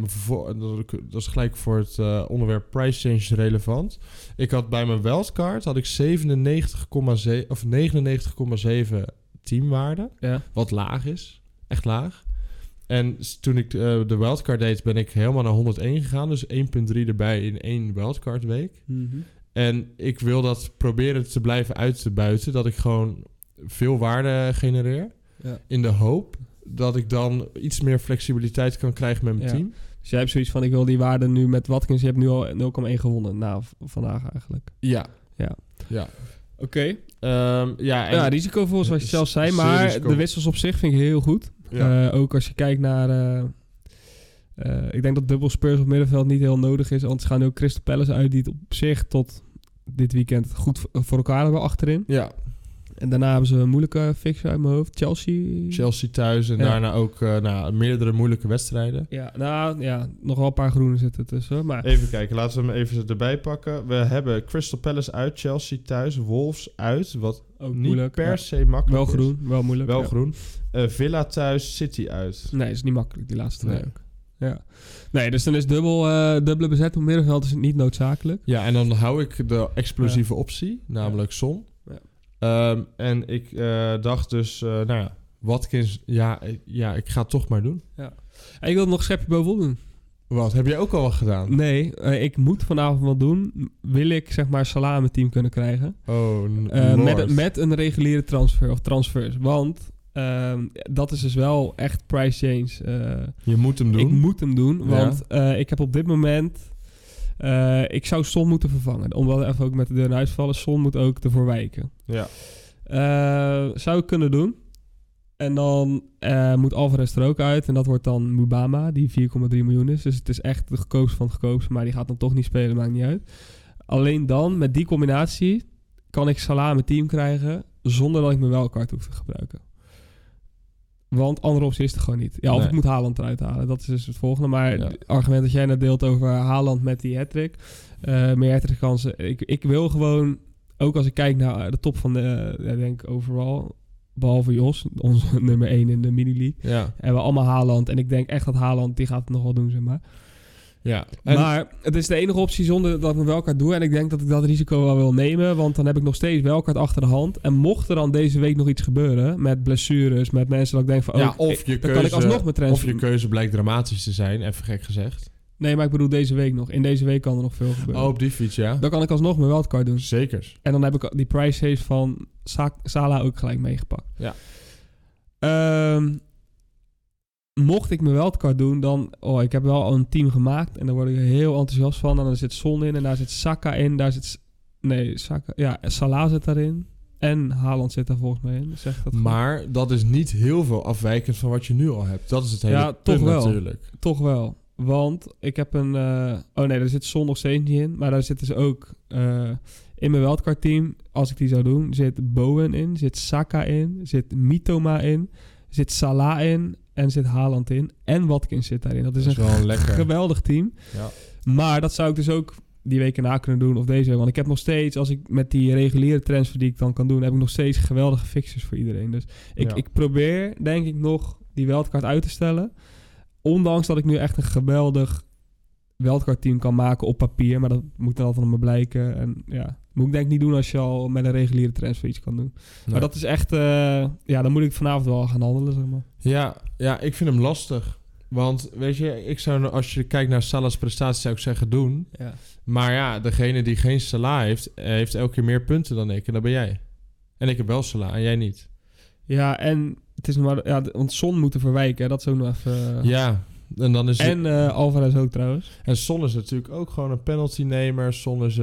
dat is gelijk voor het onderwerp price change relevant. Ik had bij mijn wildcard... had ik 97,7 of 99,7 teamwaarde. Ja. Wat laag is. Echt laag. En toen ik de wildcard deed... ben ik helemaal naar 101 gegaan. Dus 1,3 erbij in 1 wildcard week. Mm-hmm. En ik wil dat proberen te blijven uit te buiten. Dat ik gewoon... veel waarde genereer. Ja. In de hoop dat ik dan iets meer flexibiliteit kan krijgen met mijn team. Dus jij hebt zoiets van, ik wil die waarde nu met Watkins. Je hebt nu al 0,1 gewonnen. Vandaag eigenlijk. Ja. Oké. Risicovol zoals je zelf zei. Maar de wissels op zich vind ik heel goed. Ja. Ook als je kijkt naar... ik denk dat dubbel Spurs op middenveld niet heel nodig is. Want ze gaan ook Crystal Palace uit... die het op zich tot dit weekend goed voor elkaar hebben achterin. Ja. En daarna hebben ze een moeilijke fixture uit mijn hoofd. Chelsea thuis en daarna ook meerdere moeilijke wedstrijden. Ja, nog wel een paar groene zitten tussen. Maar... Even kijken, laten we hem even erbij pakken. We hebben Crystal Palace uit, Chelsea thuis, Wolves uit. Wat ook niet moeilijk, per se makkelijk wel groen, is. Wel moeilijk. Wel groen. Villa thuis, City uit. Nee, is niet makkelijk, die laatste twee ook. Ja. Nee, dus dan is dubbele bezet op middenveld is niet noodzakelijk. Ja, en dan hou ik de explosieve optie, namelijk Son. En ik dacht dus, Watkins, ik ga het toch maar doen. Ja. En ik wil nog een schepje bovenop doen. Wat, heb jij ook al wat gedaan? Nee, ik moet vanavond wat doen. Wil ik, zeg maar, Salah in mijn team kunnen krijgen. Met een reguliere transfer of transfers. Want dat is dus wel echt price change. Je moet hem doen? Ik moet hem doen, want ik heb op dit moment... ik zou Son moeten vervangen. Omdat even ook met de deur naar huis vallen. Son moet ook ervoor wijken. Ja. Zou ik kunnen doen. En dan moet Alvarez er ook uit. En dat wordt dan Mubama, die 4,3 miljoen is. Dus het is echt de goedkoopste van het goedkoopste. Maar die gaat dan toch niet spelen, maakt niet uit. Alleen dan, met die combinatie... kan ik Salah in mijn team krijgen... zonder dat ik mijn wildcard hoef te gebruiken. Want andere optie is er gewoon niet. Ja, of ik moet Haaland eruit halen. Dat is dus het volgende. Maar het argument dat jij net deelt over Haaland met die hat-trick. Meer hat-trick kansen. Ik wil gewoon... Ook als ik kijk naar de top van de... ik denk overal... Behalve Jos, onze nummer 1 in de mini-league. Ja. Hebben we allemaal Haaland. En ik denk echt dat Haaland... Die gaat het nog wel doen, zeg maar. Ja. Maar het is de enige optie zonder dat ik mijn wildcard doe. En ik denk dat ik dat risico wel wil nemen. Want dan heb ik nog steeds wildcard achter de hand. En mocht er dan deze week nog iets gebeuren... met blessures, met mensen dat ik denk van... Ja, dan kan ik alsnog mijn transfer... Of je keuze blijkt dramatisch te zijn, even gek gezegd. Nee, maar ik bedoel deze week nog. In deze week kan er nog veel gebeuren. Oh, op die fiets, ja. Dan kan ik alsnog mijn wildcard doen. Zeker. En dan heb ik die price saves van Salah ook gelijk meegepakt. Ja. Mocht ik mijn wildcard doen, dan... Oh, ik heb wel al een team gemaakt. En daar word ik heel enthousiast van. En daar zit Son in. En daar zit Saka in. Daar zit... Nee, Saka... Ja, Salah zit daarin. En Haaland zit daar volgens mij in. Zeg dat maar dat is niet heel veel afwijkend van wat je nu al hebt. Dat is het hele punt toch wel. natuurlijk. Toch wel. Want ik heb een... oh nee, daar zit Son nog steeds niet in. Maar daar zitten ze ook... in mijn wildcard team, als ik die zou doen... zit Bowen in. Zit Saka in. Zit Mitoma in. Zit Salah in. En zit Haaland in. En Watkins zit daarin. Dat is een wel lekker. Geweldig team. Ja. Maar dat zou ik dus ook die weken na kunnen doen. Of deze week. Want ik heb nog steeds... Als ik met die reguliere transfer die ik dan kan doen... heb ik nog steeds geweldige fixtures voor iedereen. Dus ik probeer, denk ik, nog die wildcard uit te stellen. Ondanks dat ik nu echt een geweldig wildcard team kan maken op papier. Maar dat moet dan altijd nog maar blijken. En ja, moet ik denk ik niet doen als je al met een reguliere transfer iets kan doen. Nee. Maar dat is echt... dan moet ik vanavond wel gaan handelen, zeg maar. Ja, ik vind hem lastig. Want weet je, ik zou, als je kijkt naar Salah's prestaties, zou ik zeggen doen. Ja. Maar ja, degene die geen Salah heeft, heeft elke keer meer punten dan ik. En dat ben jij. En ik heb wel Salah en jij niet. Ja, en het is nog maar... Ja, want Son moet er verwijken. Hè? Dat is ook nog even... Ja, en dan is het... En Alvarez ook trouwens. En Son is natuurlijk ook gewoon een penaltynemer. Son is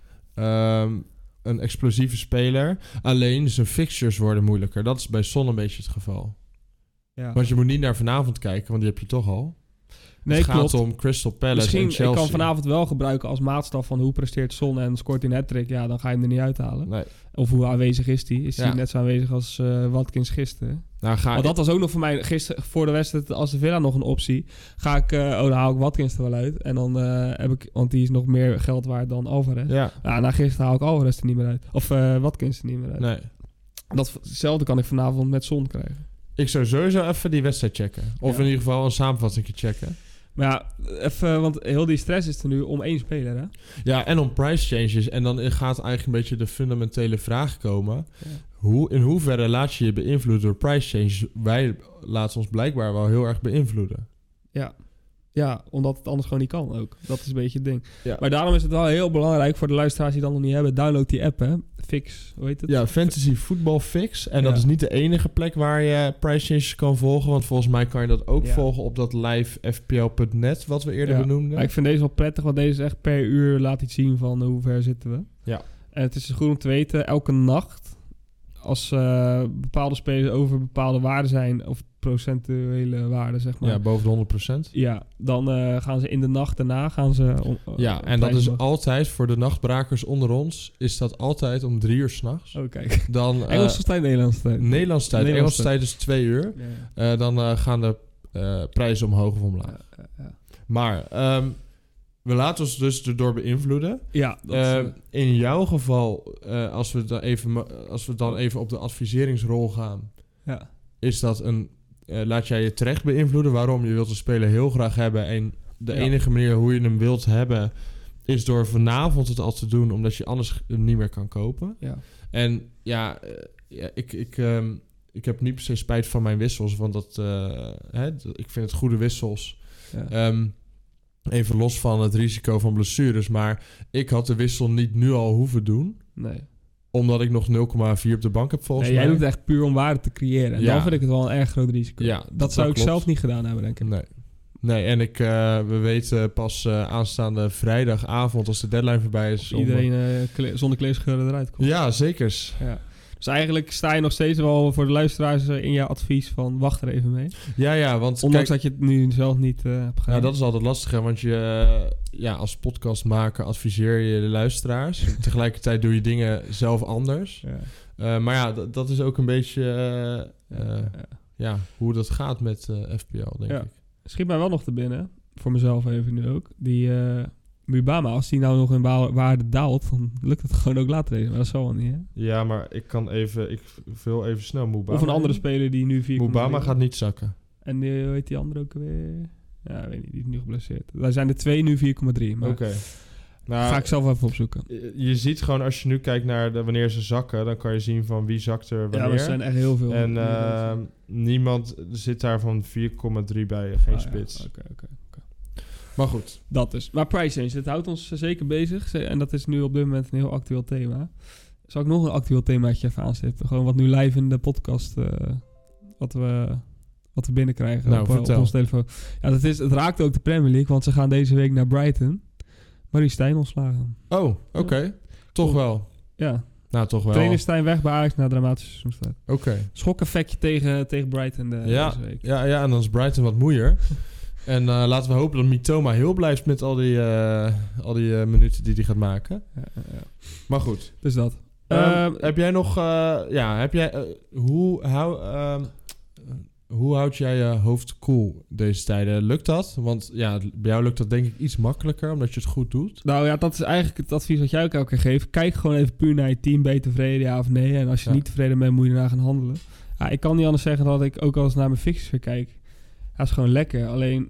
een explosieve speler. Alleen zijn fixtures worden moeilijker. Dat is bij Son een beetje het geval. Ja. Want je moet niet naar vanavond kijken, want die heb je toch al. Nee, het gaat klopt. om Crystal Palace Misschien, en Chelsea. ik kan vanavond wel gebruiken als maatstaf van hoe presteert Son en scoort hij een hat-trick. Ja, dan ga je hem er niet uithalen. Nee. Of hoe aanwezig is hij? Is hij net zo aanwezig als Watkins gisteren? Nou, Want dat was ook nog voor mij gisteren voor de wedstrijd als de Villa nog een optie. Ga ik, dan haal ik Watkins er wel uit. En dan heb ik, want die is nog meer geld waard dan Alvarez. Ja. Na gisteren haal ik Alvarez er niet meer uit. Of Watkins er niet meer uit. Nee. Hetzelfde kan ik vanavond met Son krijgen. Ik zou sowieso even die wedstrijd checken. Of in ieder geval een samenvatting checken. Maar ja, even, want heel die stress is er nu om één speler, hè? Ja, en om price changes. En dan gaat eigenlijk een beetje de fundamentele vraag komen. Ja. In hoeverre laat je je beïnvloeden door price changes? Wij laten ons blijkbaar wel heel erg beïnvloeden. Ja, omdat het anders gewoon niet kan ook. Dat is een beetje het ding. Ja. Maar daarom is het wel heel belangrijk voor de luisteraars die dat nog niet hebben. Download die app, hè. Fix, hoe heet het? Ja, Fantasy Football Fix. En dat is niet de enige plek waar je price changes kan volgen. Want volgens mij kan je dat ook volgen op dat livefpl.net, wat we eerder benoemden. Maar ik vind deze wel prettig, want deze is echt per uur laat iets zien van hoe ver zitten we. Ja. En het is goed om te weten, elke nacht, als bepaalde spelers over bepaalde waarden zijn, of procentuele waarden, zeg maar. Ja, boven de 100%. Ja, dan gaan ze in de nacht daarna en dat is altijd, voor de nachtbrakers onder ons, is dat altijd om 3 uur 's nachts. Oh, kijk. Dan, Engelse tijd, Nederlandse tijd? Nederlandse tijd. Engelse tijd is 2 uur. Ja. Dan gaan de prijzen omhoog of omlaag. Ja. Maar we laten ons dus erdoor beïnvloeden. Ja. In jouw geval, als we dan even op de adviseringsrol gaan, is dat laat jij je terecht beïnvloeden. Waarom? Je wilt een speler heel graag hebben. En de enige manier hoe je hem wilt hebben is door vanavond het al te doen, omdat je anders hem niet meer kan kopen. Ja. En ik heb niet per se spijt van mijn wissels, want ik vind het goede wissels. Ja. Even los van het risico van blessures, maar ik had de wissel niet nu al hoeven doen. Nee. Omdat ik nog 0,4 op de bank heb volgens mij. Jij doet het echt puur om waarde te creëren. En dan vind ik het wel een erg groot risico. Ja, dat zou ik zelf niet gedaan hebben, denk ik. Nee, en we weten pas aanstaande vrijdagavond, als de deadline voorbij is. Iedereen zonder kleerscheuren eruit komt. Ja, zeker. Ja. Dus eigenlijk sta je nog steeds wel voor de luisteraars in jouw advies van wacht er even mee. Ja, want ondanks dat je het nu zelf niet hebt gedaan. Ja, dat is altijd lastig, hè, want je als podcastmaker adviseer je de luisteraars. Tegelijkertijd doe je dingen zelf anders. Ja. Maar ja, dat is ook een beetje hoe dat gaat met FPL, denk ik. Schiet mij wel nog te binnen, voor mezelf even nu ook. Die Mubama, als die nou nog in waarde daalt, dan lukt het gewoon ook later deze. Maar dat zal wel niet, hè? Ja, maar ik wil even snel Mubama. Of een andere speler die nu 4. Mubama gaat niet zakken. En hoe heet die andere ook weer? Ja, weet niet. Die is nu geblesseerd. Daar zijn er 2 nu 4,3. Maar Oké. Nou, ga ik zelf even opzoeken. Je ziet gewoon, als je nu kijkt naar wanneer ze zakken, dan kan je zien van wie zakt er wanneer. Ja, er zijn echt heel veel. En niemand zit daar van 4,3 bij, geen spits. Oké. Maar goed. Dat dus. Maar price change, dat houdt ons zeker bezig. En dat is nu op dit moment een heel actueel thema. Zal ik nog een actueel themaatje even aanstippen? Gewoon wat nu live in de podcast, wat we binnenkrijgen Nou, op onze telefoon. Ja, het raakt ook de Premier League, want ze gaan deze week naar Brighton. Marie Stijn ontslagen. Oh, oké. Ja. Toch wel. Ja. Nou, toch wel. Trainer Stijn weg bij Ajax na dramatische seizoenstart. Oké. Schok-effectje tegen Brighton deze week. Ja, en dan is Brighton wat moeier. En laten we hopen dat Mitoma heel blijft met al die minuten die hij gaat maken. Ja. Maar goed. Dus dat. Heb jij nog... hoe houd jij je hoofd cool deze tijden? Lukt dat? Want ja, bij jou lukt dat denk ik iets makkelijker, omdat je het goed doet. Nou ja, dat is eigenlijk het advies wat jij ook elke keer geeft. Kijk gewoon even puur naar je team. Ben je tevreden, ja of nee? En als je niet tevreden bent, moet je daarna gaan handelen. Ja, ik kan niet anders zeggen dat ik ook wel eens naar mijn fixtures weer kijk. Dat is gewoon lekker. Alleen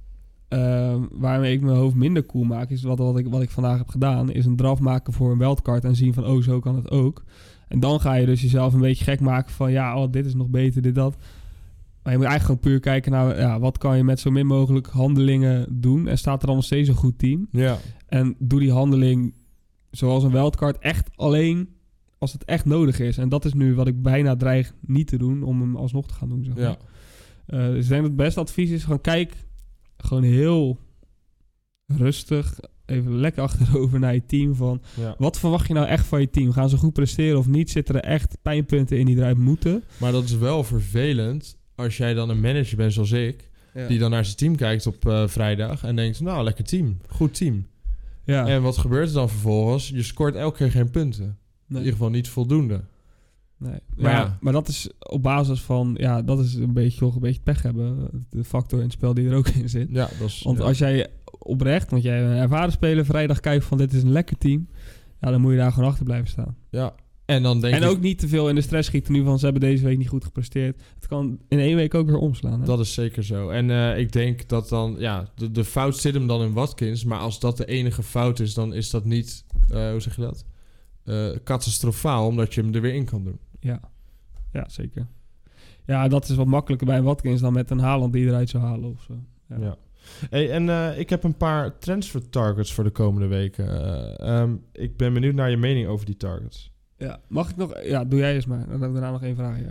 waarmee ik mijn hoofd minder cool maak, is wat ik vandaag heb gedaan, is een draf maken voor een wildcard en zien van, zo kan het ook. En dan ga je dus jezelf een beetje gek maken van, dit is nog beter, dit, dat. Maar je moet eigenlijk gewoon puur kijken naar, wat kan je met zo min mogelijk handelingen doen. En staat er dan nog steeds een goed team. Ja. En doe die handeling zoals een wildcard echt alleen als het echt nodig is. En dat is nu wat ik bijna dreig niet te doen, om hem alsnog te gaan doen. Zeg maar. Ja. Dus ik denk dat het beste advies is, gewoon kijk gewoon heel rustig, even lekker achterover naar je team van, wat verwacht je nou echt van je team? Gaan ze goed presteren of niet? Zitten er echt pijnpunten in die eruit moeten? Maar dat is wel vervelend als jij dan een manager bent zoals ik, die dan naar zijn team kijkt op vrijdag en denkt, nou, lekker team, goed team. Ja. En wat gebeurt er dan vervolgens? Je scoort elke keer geen punten. Nee. In ieder geval niet voldoende. Nee. Maar dat is op basis van, dat is een beetje pech hebben. De factor in het spel die er ook in zit. Ja, dat is, want als jij oprecht, want jij een ervaren speler, vrijdag kijkt van, dit is een lekker team, dan moet je daar gewoon achter blijven staan. Ja. En ook niet te veel in de stress schieten nu van, ze hebben deze week niet goed gepresteerd. Het kan in 1 week ook weer omslaan. Hè? Dat is zeker zo. En ik denk dat dan, de fout zit hem dan in Watkins. Maar als dat de enige fout is, dan is dat niet, hoe zeg je dat? Catastrofaal, omdat je hem er weer in kan doen. Ja, zeker. Ja, dat is wat makkelijker bij een Watkins dan met een Haaland die eruit zou halen of zo. Ja. Hey, en ik heb een paar transfer targets voor de komende weken. Ik ben benieuwd naar je mening over die targets. Ja, mag ik nog... Ja, doe jij eens maar. Dan heb ik daarna nog 1 vraag,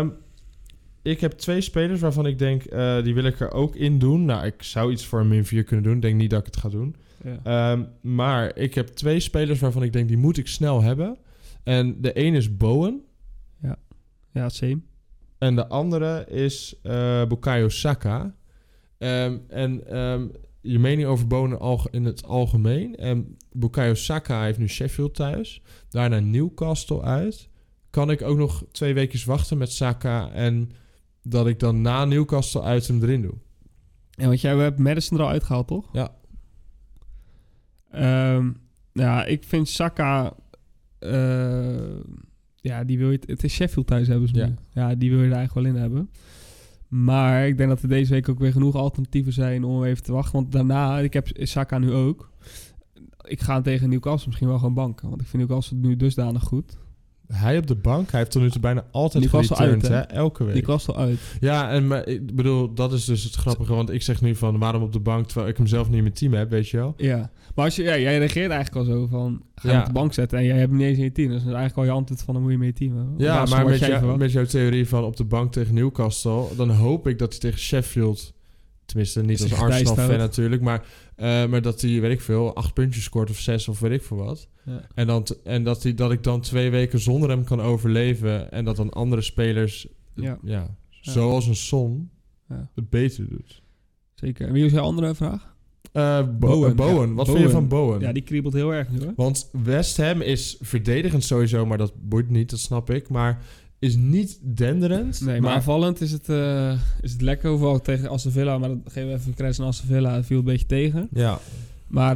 ik heb 2 spelers waarvan ik denk, die wil ik er ook in doen. Nou, ik zou iets voor een min 4 kunnen doen. Ik denk niet dat ik het ga doen. Ja. Maar ik heb 2 spelers waarvan ik denk, die moet ik snel hebben. En de een is Bowen. Ja, same. En de andere is Bukayo Saka. Je mening over Bowen in het algemeen. Bukayo Saka heeft nu Sheffield thuis. Daarna Newcastle uit. Kan ik ook nog 2 weekjes wachten met Saka en dat ik dan na Newcastle uit hem erin doe? Ja, want jij hebt Madison er al uitgehaald, toch? Ja. Ik vind Saka... die wil je... Het is Sheffield thuis hebben ze nu. Ja, die wil je er eigenlijk wel in hebben. Maar ik denk dat er deze week ook weer genoeg alternatieven zijn om even te wachten. Want daarna, ik heb Saka nu ook. Ik ga tegen Newcastle misschien wel gewoon banken. Want ik vind Newcastle nu dusdanig goed. Hij op de bank, hij heeft tot nu toe bijna altijd gereturned, hè? Elke week. Newcastle uit. Ja, maar ik bedoel, dat is dus het grappige. Want ik zeg nu van, waarom op de bank, terwijl ik hem zelf niet in mijn team heb, weet je wel? Ja, maar als jij reageert eigenlijk al zo van, ga je op de bank zetten en jij hebt hem niet eens in je team. Dus dat is eigenlijk al je antwoord van, dan moet je met je team hebben. Ja, maar met jouw theorie van op de bank tegen Newcastle, dan hoop ik dat hij tegen Sheffield, tenminste niet als Arsenal-fan natuurlijk, maar dat hij, weet ik veel, 8 puntjes scoort of 6 of weet ik veel wat. Ja. En dat ik dan 2 weken zonder hem kan overleven en dat dan andere spelers, zoals een Son, het beter doet. Zeker. En wie is jouw andere vraag? Bowen. Ja, wat vind je van Bowen? Ja, die kriebelt heel erg nu, hoor. Want West Ham is verdedigend sowieso, maar dat boeit niet, dat snap ik. Maar is niet denderend. Nee, maar aanvallend is het lekker. Hoewel tegen Aston Villa, maar dat geven we even credits aan Aston Villa. Het viel een beetje tegen. Ja. Maar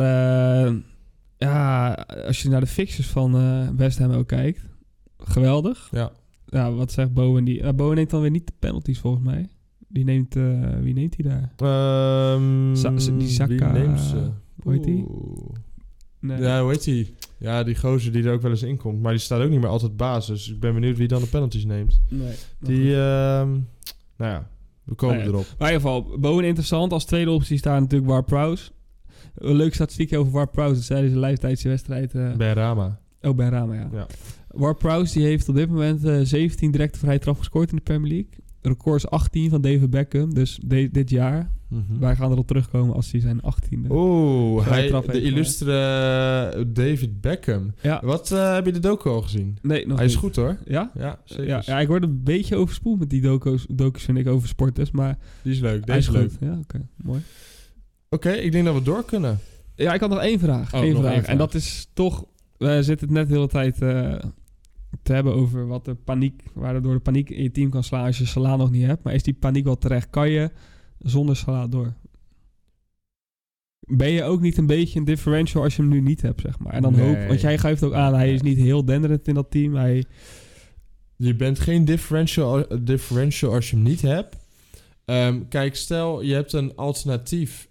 als je naar de fixtures van West Ham ook kijkt, geweldig. Ja. Ja, wat zegt Bowen? Bowen neemt dan weer niet de penalties volgens mij. Wie neemt hij daar? Die Saka, wie neemt ze? hoe heet die? Nee. Ja, hoe heet die? Ja, die gozer die er ook wel eens in komt. Maar die staat ook niet meer altijd basis. Dus ik ben benieuwd wie dan de penalties neemt. Nee. Die, nou ja, we komen erop. Maar in ieder geval, Bowen interessant. Als tweede optie staat natuurlijk Ward-Prowse. Een leuke statistiek over Ward-Prowse. Dat zei deze lijftijdse wedstrijd. Benrahma. Oh, Benrahma, ja. Ward-Prowse die heeft op dit moment 17 directe vrije trap gescoord in de Premier League. De record is 18 van David Beckham. Dus dit jaar. Mm-hmm. Wij gaan erop terugkomen als hij zijn 18e. Oeh, de illustre David Beckham. Ja. Wat, heb je de docu al gezien? Nee, nog Hij niet. is goed hoor. Ja? Ja, zeker. Ja, ik word een beetje overspoeld met die docus vind ik over sporters, maar Die is leuk. hij is Deze goed. leuk. Ja, oké, mooi. Oké, ik denk dat we door kunnen. Ja, ik had nog één vraag. Oh, Eén nog vraag. één vraag. En dat is toch, we zitten het net de hele tijd te hebben over wat de paniek, waardoor de paniek in je team kan slaan als je Salah nog niet hebt. Maar is die paniek wel terecht? Kan je zonder Salah door? Ben je ook niet een beetje een differential als je hem nu niet hebt, zeg maar? En dan Nee. want jij geeft ook aan, hij is niet heel denderend in dat team. Je bent geen differential als je hem niet hebt. Kijk, stel je hebt een alternatief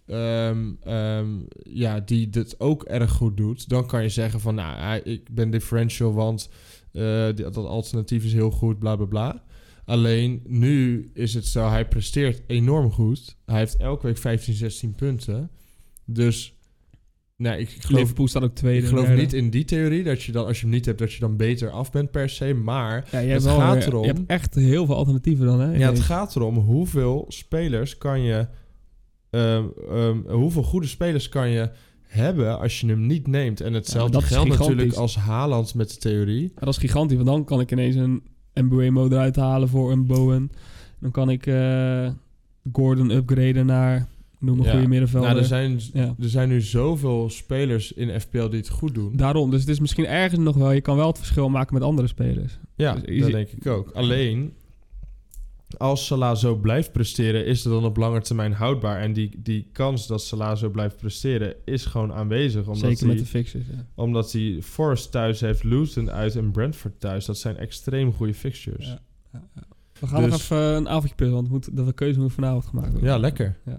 die dit ook erg goed doet. Dan kan je zeggen van, nou, ik ben differential, want dat alternatief is heel goed, bla bla bla. Alleen nu is het zo, hij presteert enorm goed. Hij heeft elke week 15, 16 punten. Dus nee, ik geloof, Liverpool staat ook tweede. ik geloof derde. niet in die theorie dat je dan, als je hem niet hebt, dat je dan beter af bent per se. Maar Ja, je het hebt gaat erom. Je hebt echt heel veel alternatieven dan, hè? Ja, het gaat erom hoeveel spelers kan je... hoeveel goede spelers kan je hebben als je hem niet neemt. En hetzelfde dat is geldt natuurlijk gigantisch. als Haaland met de theorie. Ja, dat is gigantisch, want dan kan ik ineens een Mbeumo eruit halen voor een Bowen. Dan kan ik Gordon upgraden naar, noem een goede middenvelder. Nou, er zijn nu zoveel spelers in FPL die het goed doen. Daarom, dus het is misschien ergens nog wel, je kan wel het verschil maken met andere spelers. Ja, Dus dat denk ik ook. Alleen, als Salah zo blijft presteren, is het dan op lange termijn houdbaar. En die kans dat Salah zo blijft presteren is gewoon aanwezig. Omdat Zeker met de fixes, ja. Omdat hij Forest thuis heeft, Luton uit en Brentford thuis. Dat zijn extreem goede fixtures. Ja. We gaan nog even een avondje pillen, want de keuze moet vanavond gemaakt worden. Ja, lekker. Ja.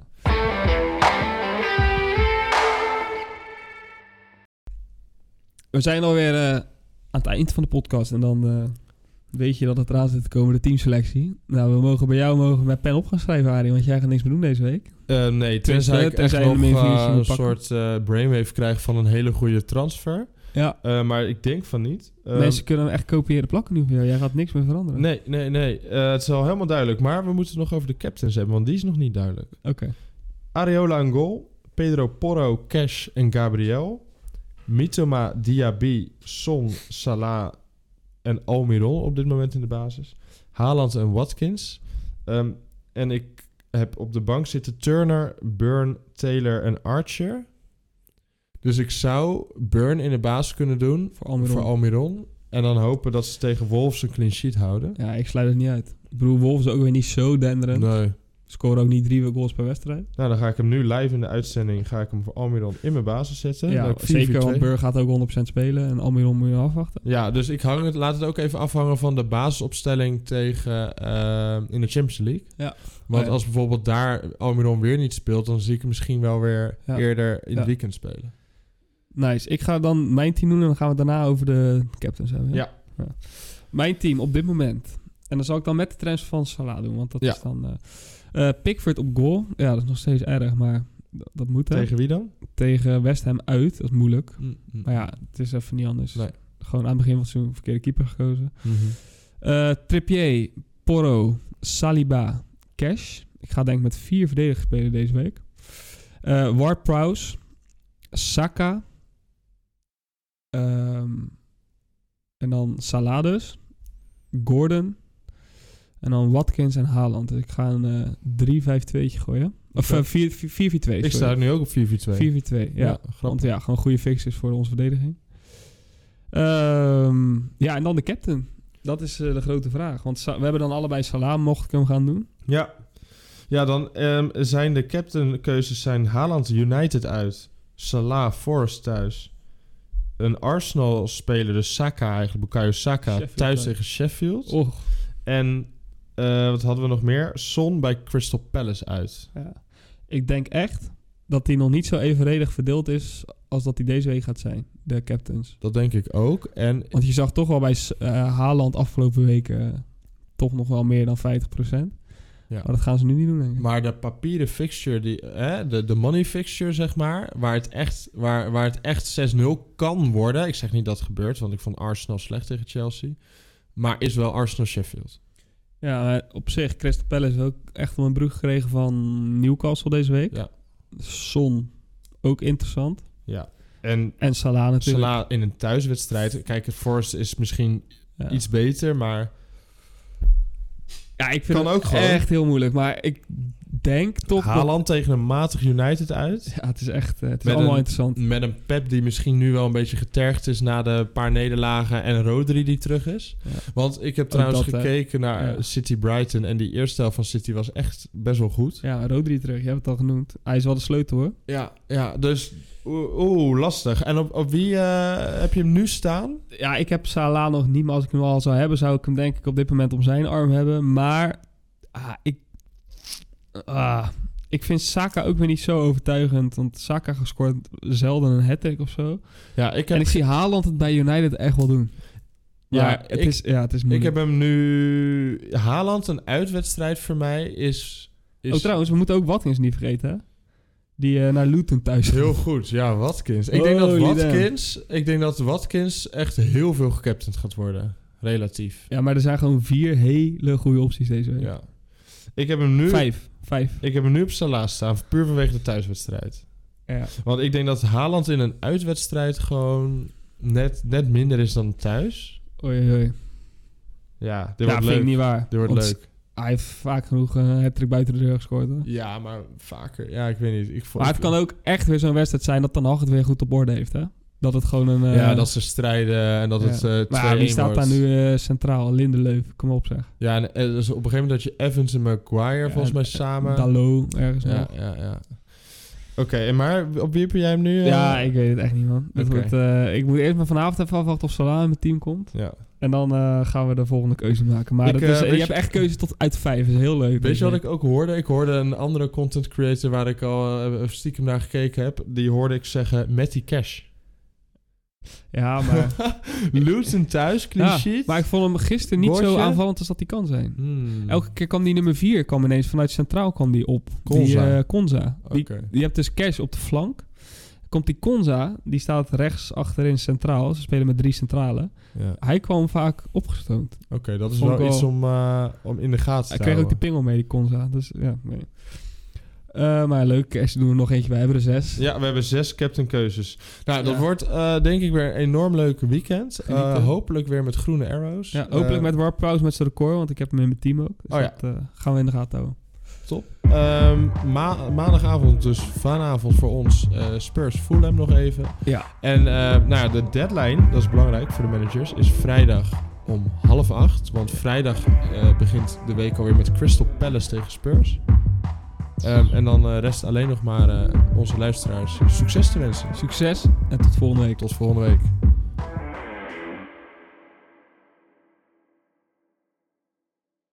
We zijn alweer aan het eind van de podcast en dan weet je dat het eraan zit te komen, de teamselectie. Nou, we mogen bij jou met pen op gaan schrijven, Arie, want jij gaat niks meer doen deze week. Nee, tenzij ik echt je nog hem in vier een moet soort brainwave krijg van een hele goede transfer. Ja. Maar ik denk van niet. Mensen kunnen hem echt kopiëren plakken nu voor jou. Jij gaat niks meer veranderen. Nee. Het is al helemaal duidelijk. Maar we moeten het nog over de captains hebben, want die is nog niet duidelijk. Oké. Areola en goal. Pedro Porro, Cash en Gabriel. Mitoma, Diaby, Son, Salah en Almiron op dit moment in de basis. Haaland en Watkins. En ik heb op de bank zitten Turner, Burn, Taylor en Archer. Dus ik zou Burn in de basis kunnen doen voor Almiron. En dan hopen dat ze tegen Wolves een clean sheet houden. Ja, ik sluit het niet uit. Ik bedoel, Wolves is ook weer niet zo denderend. Nee. Scoren ook niet 3 goals per wedstrijd. Nou, dan ga ik hem nu live in de uitzending voor Almiron in mijn basis zetten. Ja, zeker, want Burn gaat ook 100% spelen en Almiron moet je afwachten. Ja, dus ik laat het ook even afhangen van de basisopstelling tegen in de Champions League. Ja. Want als bijvoorbeeld daar Almiron weer niet speelt, dan zie ik hem misschien wel weer eerder in het weekend spelen. Nice. Ik ga dan mijn team doen en dan gaan we het daarna over de captains hebben. Ja. Mijn team op dit moment. En dan zal ik dan met de transfer van Salah doen, want dat is dan... Pickford op goal. Ja, dat is nog steeds erg, maar dat moet. Tegen wie dan? Tegen West Ham uit. Dat is moeilijk. Mm-hmm. Maar ja, het is even niet anders. Nee. Gewoon aan het begin van het seizoen verkeerde keeper gekozen. Mm-hmm. Trippier, Porro, Saliba, Cash. Ik ga denk ik met 4 verdedigers spelen deze week. Ward-Prowse, Saka. En dan Salah dus. Gordon. En dan Watkins en Haaland. Dus ik ga een 3-5-2'tje gooien. Of 4-4-2. Ik sta nu ook op 4-4-2. 4-4-2, ja. Want ja, gewoon goede fixes voor onze verdediging. Ja, en dan de captain. Dat is de grote vraag. Want we hebben dan allebei Salah, mocht ik hem gaan doen. Ja. Ja, dan zijn de captain-keuzes zijn Haaland United uit. Salah Forest thuis. Een Arsenal-speler, dus Saka eigenlijk, Bukayo Saka, thuis tegen Sheffield. Och. En Wat hadden we nog meer? Son bij Crystal Palace uit. Ja. Ik denk echt dat hij nog niet zo evenredig verdeeld is als dat hij deze week gaat zijn, de captains. Dat denk ik ook. En Want je zag toch wel bij Haaland afgelopen weken toch nog wel meer dan 50%. Ja. Maar dat gaan ze nu niet doen, denk ik. Maar de papieren fixture, de money fixture, zeg maar, waar het echt 6-0 kan worden. Ik zeg niet dat het gebeurt, want ik vond Arsenal slecht tegen Chelsea. Maar is wel Arsenal-Sheffield. Ja, op zich, Crystal Palace ook echt wel een brug gekregen van Newcastle deze week. Ja. Son, ook interessant. Ja. En Salah natuurlijk. Salah in een thuiswedstrijd. Kijk, het Forest is misschien iets beter, maar... Ja, ik vind kan het ook gewoon echt heel moeilijk. Maar ik denk toch... Haaland tegen een matig United uit. Ja, het is echt... Het is allemaal interessant. Met een Pep die misschien nu wel een beetje getergd is na de paar nederlagen en Rodri die terug is. Ja. Want ik heb trouwens gekeken naar City Brighton en die eerste helft van City was echt best wel goed. Ja, Rodri terug. Je hebt het al genoemd. Hij is wel de sleutel, hoor. Ja, dus... lastig. En op wie heb je hem nu staan? Ja, ik heb Salah nog niet, maar als ik hem al zou hebben, zou ik hem denk ik op dit moment om zijn arm hebben. Maar ik vind Saka ook weer niet zo overtuigend. Want Saka scoort zelden een hat-trick of zo. Ja, ik zie Haaland het bij United echt wel doen. Maar het is moeilijk. Ik heb hem nu... Haaland, een uitwedstrijd voor mij is... Oh, trouwens, we moeten ook Watkins niet vergeten, hè? Die naar Luton thuis. Heel goed, ja, Watkins. Ik denk dat Watkins echt heel veel gecaptained gaat worden. Relatief. Ja, maar er zijn gewoon 4 hele goede opties deze week. Ja. Ik heb hem nu... 5. Ik heb hem nu op Salah staan, puur vanwege de thuiswedstrijd. Ja. Want ik denk dat Haaland in een uitwedstrijd gewoon net minder is dan thuis. Oei. Ja, dit wordt leuk. Vind ik niet waar. Dit wordt leuk. Hij heeft vaak genoeg een hat-trick buiten de deur gescoord. Hè? Ja, maar vaker. Ja, ik weet niet. Maar het kan ook echt weer zo'n wedstrijd zijn dat Ten Hag het weer goed op orde heeft, hè? Dat het gewoon een... dat ze strijden en dat het 2-1 maar wie staat daar nu centraal? Lindelöf, kom op zeg. Ja, en dus op een gegeven moment dat je Evans en Maguire volgens mij samen... Dalot ergens nog. Ja. Oké, en maar op wie heb jij hem nu? Ja, ik weet het echt niet, man. Ik moet eerst maar vanavond even afwachten of Salah in mijn team komt. Ja. En dan gaan we de volgende keuze maken. Maar je hebt echt keuze tot uit 5. Dat is heel leuk. Weet je wat ik ook hoorde? Ik hoorde een andere content creator waar ik al stiekem naar gekeken heb. Die hoorde ik zeggen, Matty Cash. Ja, maar... Luton thuis, clean sheet. Maar ik vond hem gisteren niet zo aanvallend als dat hij kan zijn. Elke keer kwam die nummer 4 ineens vanuit centraal op. Konza. Die hebt dus Cash op de flank. Komt die Konza, die staat rechts achterin centraal. Ze spelen met 3 centralen. Ja. Hij kwam vaak opgestoomd. Oké, dat is wel iets om in de gaten te houden. Hij kreeg ook die pingel mee, die Konza. Dus ja, nee. Maar leuk, Cash doen we nog eentje. Wij hebben er 6. Ja, we hebben 6 captain keuzes. Nou, dat wordt denk ik weer een enorm leuk weekend. Hopelijk weer met groene arrows. Ja, hopelijk met Ward Prowse met zijn record, want ik heb hem in mijn team ook. Dus dat gaan we in de gaten houden. Top. Maandagavond dus vanavond voor ons Spurs Fulham nog even. Ja. En de deadline, dat is belangrijk voor de managers, is vrijdag om 7:30. Want vrijdag begint de week alweer met Crystal Palace tegen Spurs. En dan rest alleen nog maar onze luisteraars succes te wensen. Succes en tot volgende week. Tot volgende week.